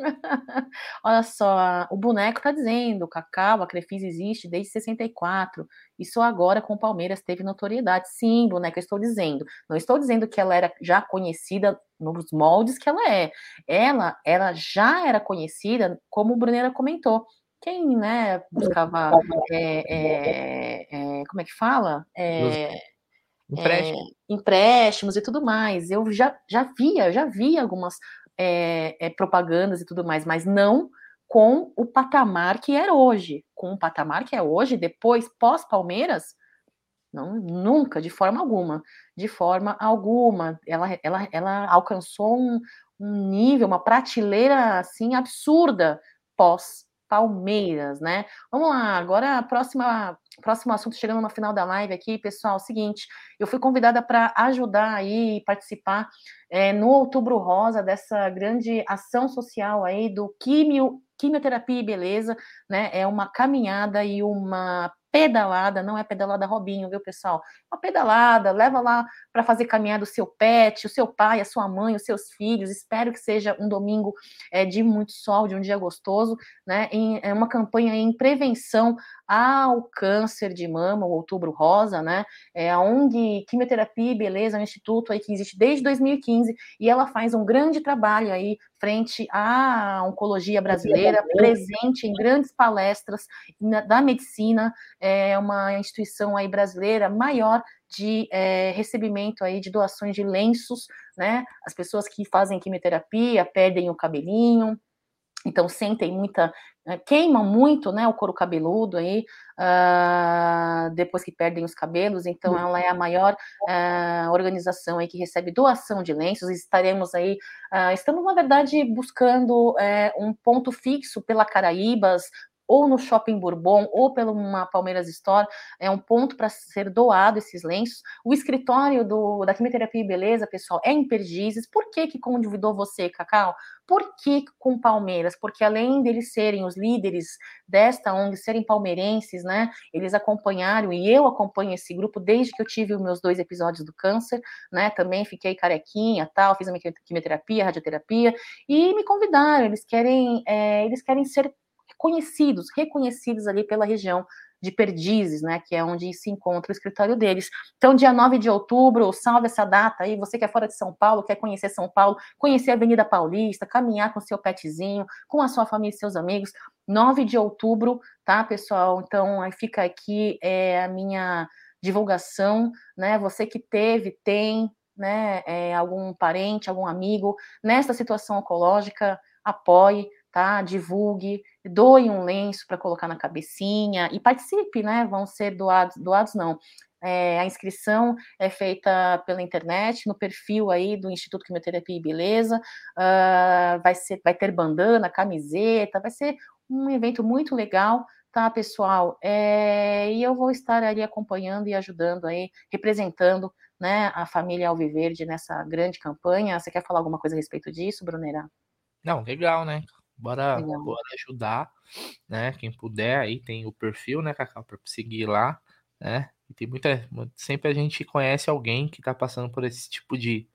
Olha só, o boneco tá dizendo, Cacau, a Crefisa existe desde sessenta e quatro, e só agora com o Palmeiras teve notoriedade. Sim, boneco, eu estou dizendo. Não estou dizendo que ela era já conhecida nos moldes que ela é. Ela, ela já era conhecida, como o Bruneira comentou. Quem, né, buscava, é, é, é, como é que fala? É, é, empréstimos e tudo mais. Eu já, já via, já via algumas é, é, propagandas e tudo mais, mas não com o patamar que era hoje. Com o patamar que é hoje, depois, pós-Palmeiras, não, nunca, de forma alguma. De forma alguma. Ela, ela, ela alcançou um, um nível, uma prateleira assim absurda pós Palmeiras, né? Vamos lá, agora a próxima, próximo assunto, chegando no final da live aqui, pessoal, seguinte, eu fui convidada para ajudar aí, participar é, no Outubro Rosa, dessa grande ação social aí do quimio, Quimioterapia e Beleza, né? É uma caminhada e uma pedalada, não é pedalada Robinho, viu, pessoal? Uma pedalada, leva lá para fazer caminhada o seu pet, o seu pai, a sua mãe, os seus filhos. Espero que seja um domingo é, de muito sol, de um dia gostoso, né? Em, é uma campanha em prevenção ao câncer de mama, o Outubro Rosa, né? É a ONG Quimioterapia e Beleza, é um instituto aí que existe desde dois mil e quinze e ela faz um grande trabalho aí frente à oncologia brasileira, presente em grandes palestras na, da medicina, é uma instituição aí brasileira maior de é, recebimento aí de doações de lenços, né? As pessoas que fazem quimioterapia perdem o cabelinho, então sentem muita, queimam muito, né, o couro cabeludo aí, uh, depois que perdem os cabelos, então ela é a maior uh, organização aí que recebe doação de lenços, estaremos aí, uh, estamos na verdade buscando uh, um ponto fixo pela Caraíbas, ou no Shopping Bourbon, ou pela uma Palmeiras Store, é um ponto para ser doado esses lenços. O escritório do, da Quimioterapia e Beleza, pessoal, é em Perdizes. Por que que convidou você, Cacau? Por que com Palmeiras? Porque além deles serem os líderes desta ONG, serem palmeirenses, né, eles acompanharam, e eu acompanho esse grupo desde que eu tive os meus dois episódios do câncer, né, também fiquei carequinha, tal, fiz a minha quimioterapia, radioterapia, e me convidaram, eles querem, é, eles querem ser conhecidos, reconhecidos ali pela região de Perdizes, né, que é onde se encontra o escritório deles. Então, dia nove de outubro, salve essa data aí, você que é fora de São Paulo, quer conhecer São Paulo, conhecer a Avenida Paulista, caminhar com seu petzinho, com a sua família e seus amigos, nove de outubro, tá, pessoal? Então, aí fica aqui é, a minha divulgação, né, você que teve, tem, né, é, algum parente, algum amigo nessa situação oncológica, apoie, tá? Divulgue, doe um lenço para colocar na cabecinha e participe, né? Vão ser doados, doados não. É, a inscrição é feita pela internet, no perfil aí do Instituto Quimioterapia e Beleza. Uh, vai, ser, vai ter bandana, camiseta, vai ser um evento muito legal, tá, pessoal? É, e eu vou estar ali acompanhando e ajudando aí, representando, né, a família Alviverde nessa grande campanha. Você quer falar alguma coisa a respeito disso, Brunera? Não, legal, né? Bora, Legal. bora ajudar, né? Quem puder, aí tem o perfil, né, Cacau, para seguir lá, né? E tem muita, sempre a gente conhece alguém que tá passando por esse tipo de,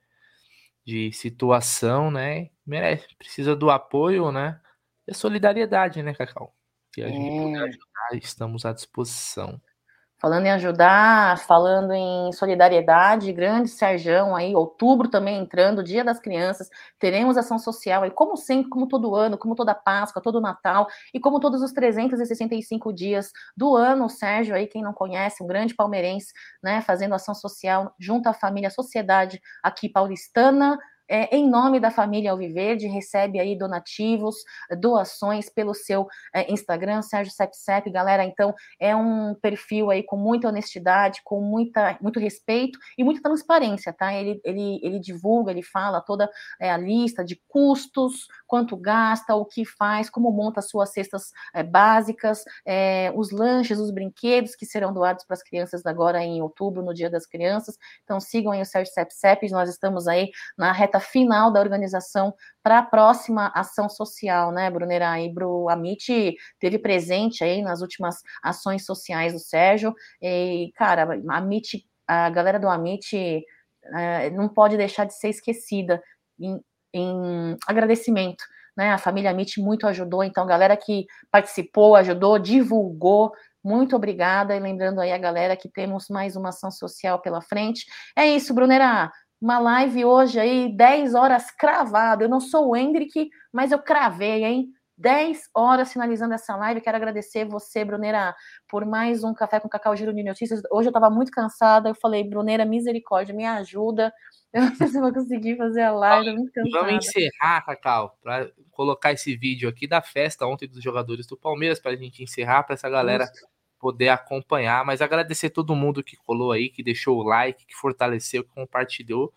de situação, né? Merece, precisa do apoio, né? E a solidariedade, né, Cacau? Se a gente puder É. ajudar, estamos à disposição. Falando em ajudar, falando em solidariedade, grande Serjão aí, outubro também entrando, Dia das Crianças, teremos ação social aí, como sempre, como todo ano, como toda Páscoa, todo Natal, e como todos os trezentos e sessenta e cinco dias do ano, o Sérgio aí, quem não conhece, um grande palmeirense, né, fazendo ação social junto à família, à sociedade aqui paulistana, é, em nome da família Alviverde, recebe aí donativos, doações pelo seu é, Instagram, Sérgio Sepsep, galera, então é um perfil aí com muita honestidade, com muita, muito respeito e muita transparência, tá? Ele, ele, ele divulga, ele fala toda é, a lista de custos, quanto gasta, o que faz, como monta suas cestas é, básicas, é, os lanches, os brinquedos que serão doados para as crianças agora em outubro, no Dia das Crianças. Então sigam aí o Sérgio Sepsep, nós estamos aí na reta final da organização para a próxima ação social, né, Brunera? E Bru Amit teve presente aí nas últimas ações sociais do Sérgio, e, cara, a Amit, a galera do Amit é, não pode deixar de ser esquecida em, em agradecimento, né? A família Amit muito ajudou, então, a galera que participou, ajudou, divulgou, muito obrigada, e lembrando aí a galera que temos mais uma ação social pela frente. É isso, Brunera. Uma live hoje aí, dez horas cravado. Eu não sou o Hendrick, mas eu cravei, hein? dez horas finalizando essa live. Quero agradecer você, Brunera, por mais um Café com Cacau Giro de Notícias. Hoje eu estava muito cansada. Eu falei, Brunera, misericórdia, me ajuda. Eu não sei se eu vou conseguir fazer a live, eu tô muito cansada. Vamos encerrar, Cacau, para colocar esse vídeo aqui da festa ontem dos jogadores do Palmeiras, para a gente encerrar, para essa galera Justo. poder acompanhar. Mas agradecer todo mundo que colou aí, que deixou o like, que fortaleceu, que compartilhou.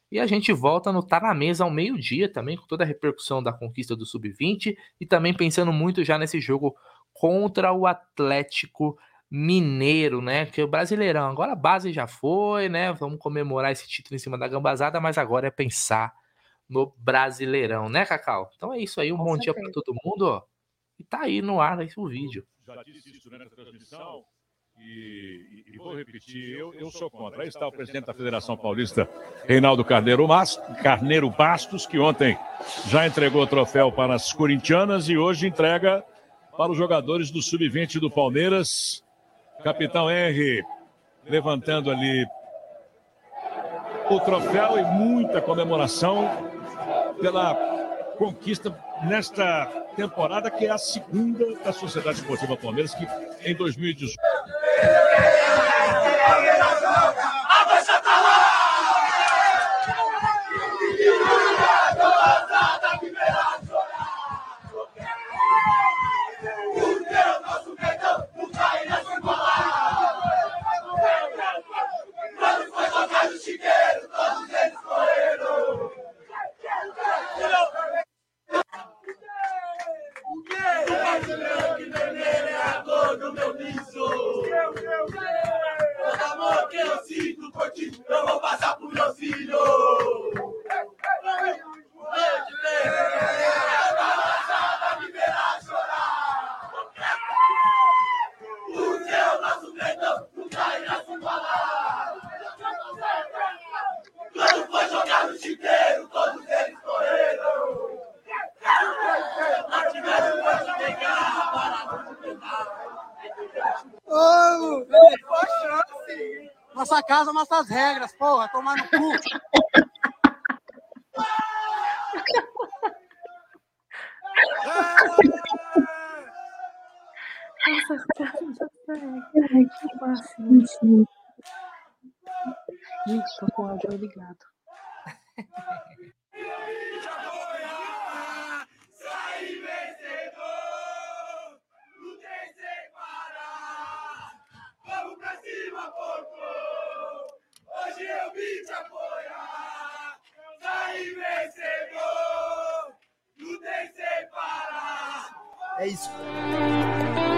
E a gente volta no Tá Na Mesa ao meio-dia também, com toda a repercussão da conquista do sub vinte e também pensando muito já nesse jogo contra o Atlético Mineiro, né? Que o Brasileirão, agora a base já foi, né? Vamos comemorar esse título em cima da gambazada, mas agora é pensar no Brasileirão, né, Cacau? Então é isso aí, um Com bom dia para certeza. todo mundo, ó. E tá aí no ar aí o vídeo. Já disse isso durante a transmissão. E, e, e vou repetir, eu, eu sou contra. Aí está o presidente da Federação Paulista, Reinaldo Carneiro, Mas, Carneiro Bastos, que ontem já entregou o troféu para as corintianas e hoje entrega para os jogadores do sub vinte do Palmeiras. Capitão R levantando ali o troféu e muita comemoração pela conquista nesta temporada, que é a segunda da Sociedade Esportiva Palmeiras, que em dois mil e dezoito... Eu vou passar pro meu filho. Quando foi jogar no chiqueiro, todos eles correram. Ô, qual a chance? Nossa casa, nossas regras, porra, tomar no cu. Nossa, que paciência. Ih, tô com o áudio ligado. Sai vencedor, lutei sem parar. Vamos pra cima, porco. Hoje eu vim te apoiar. Sai vencedor, lutei sem parar. É isso.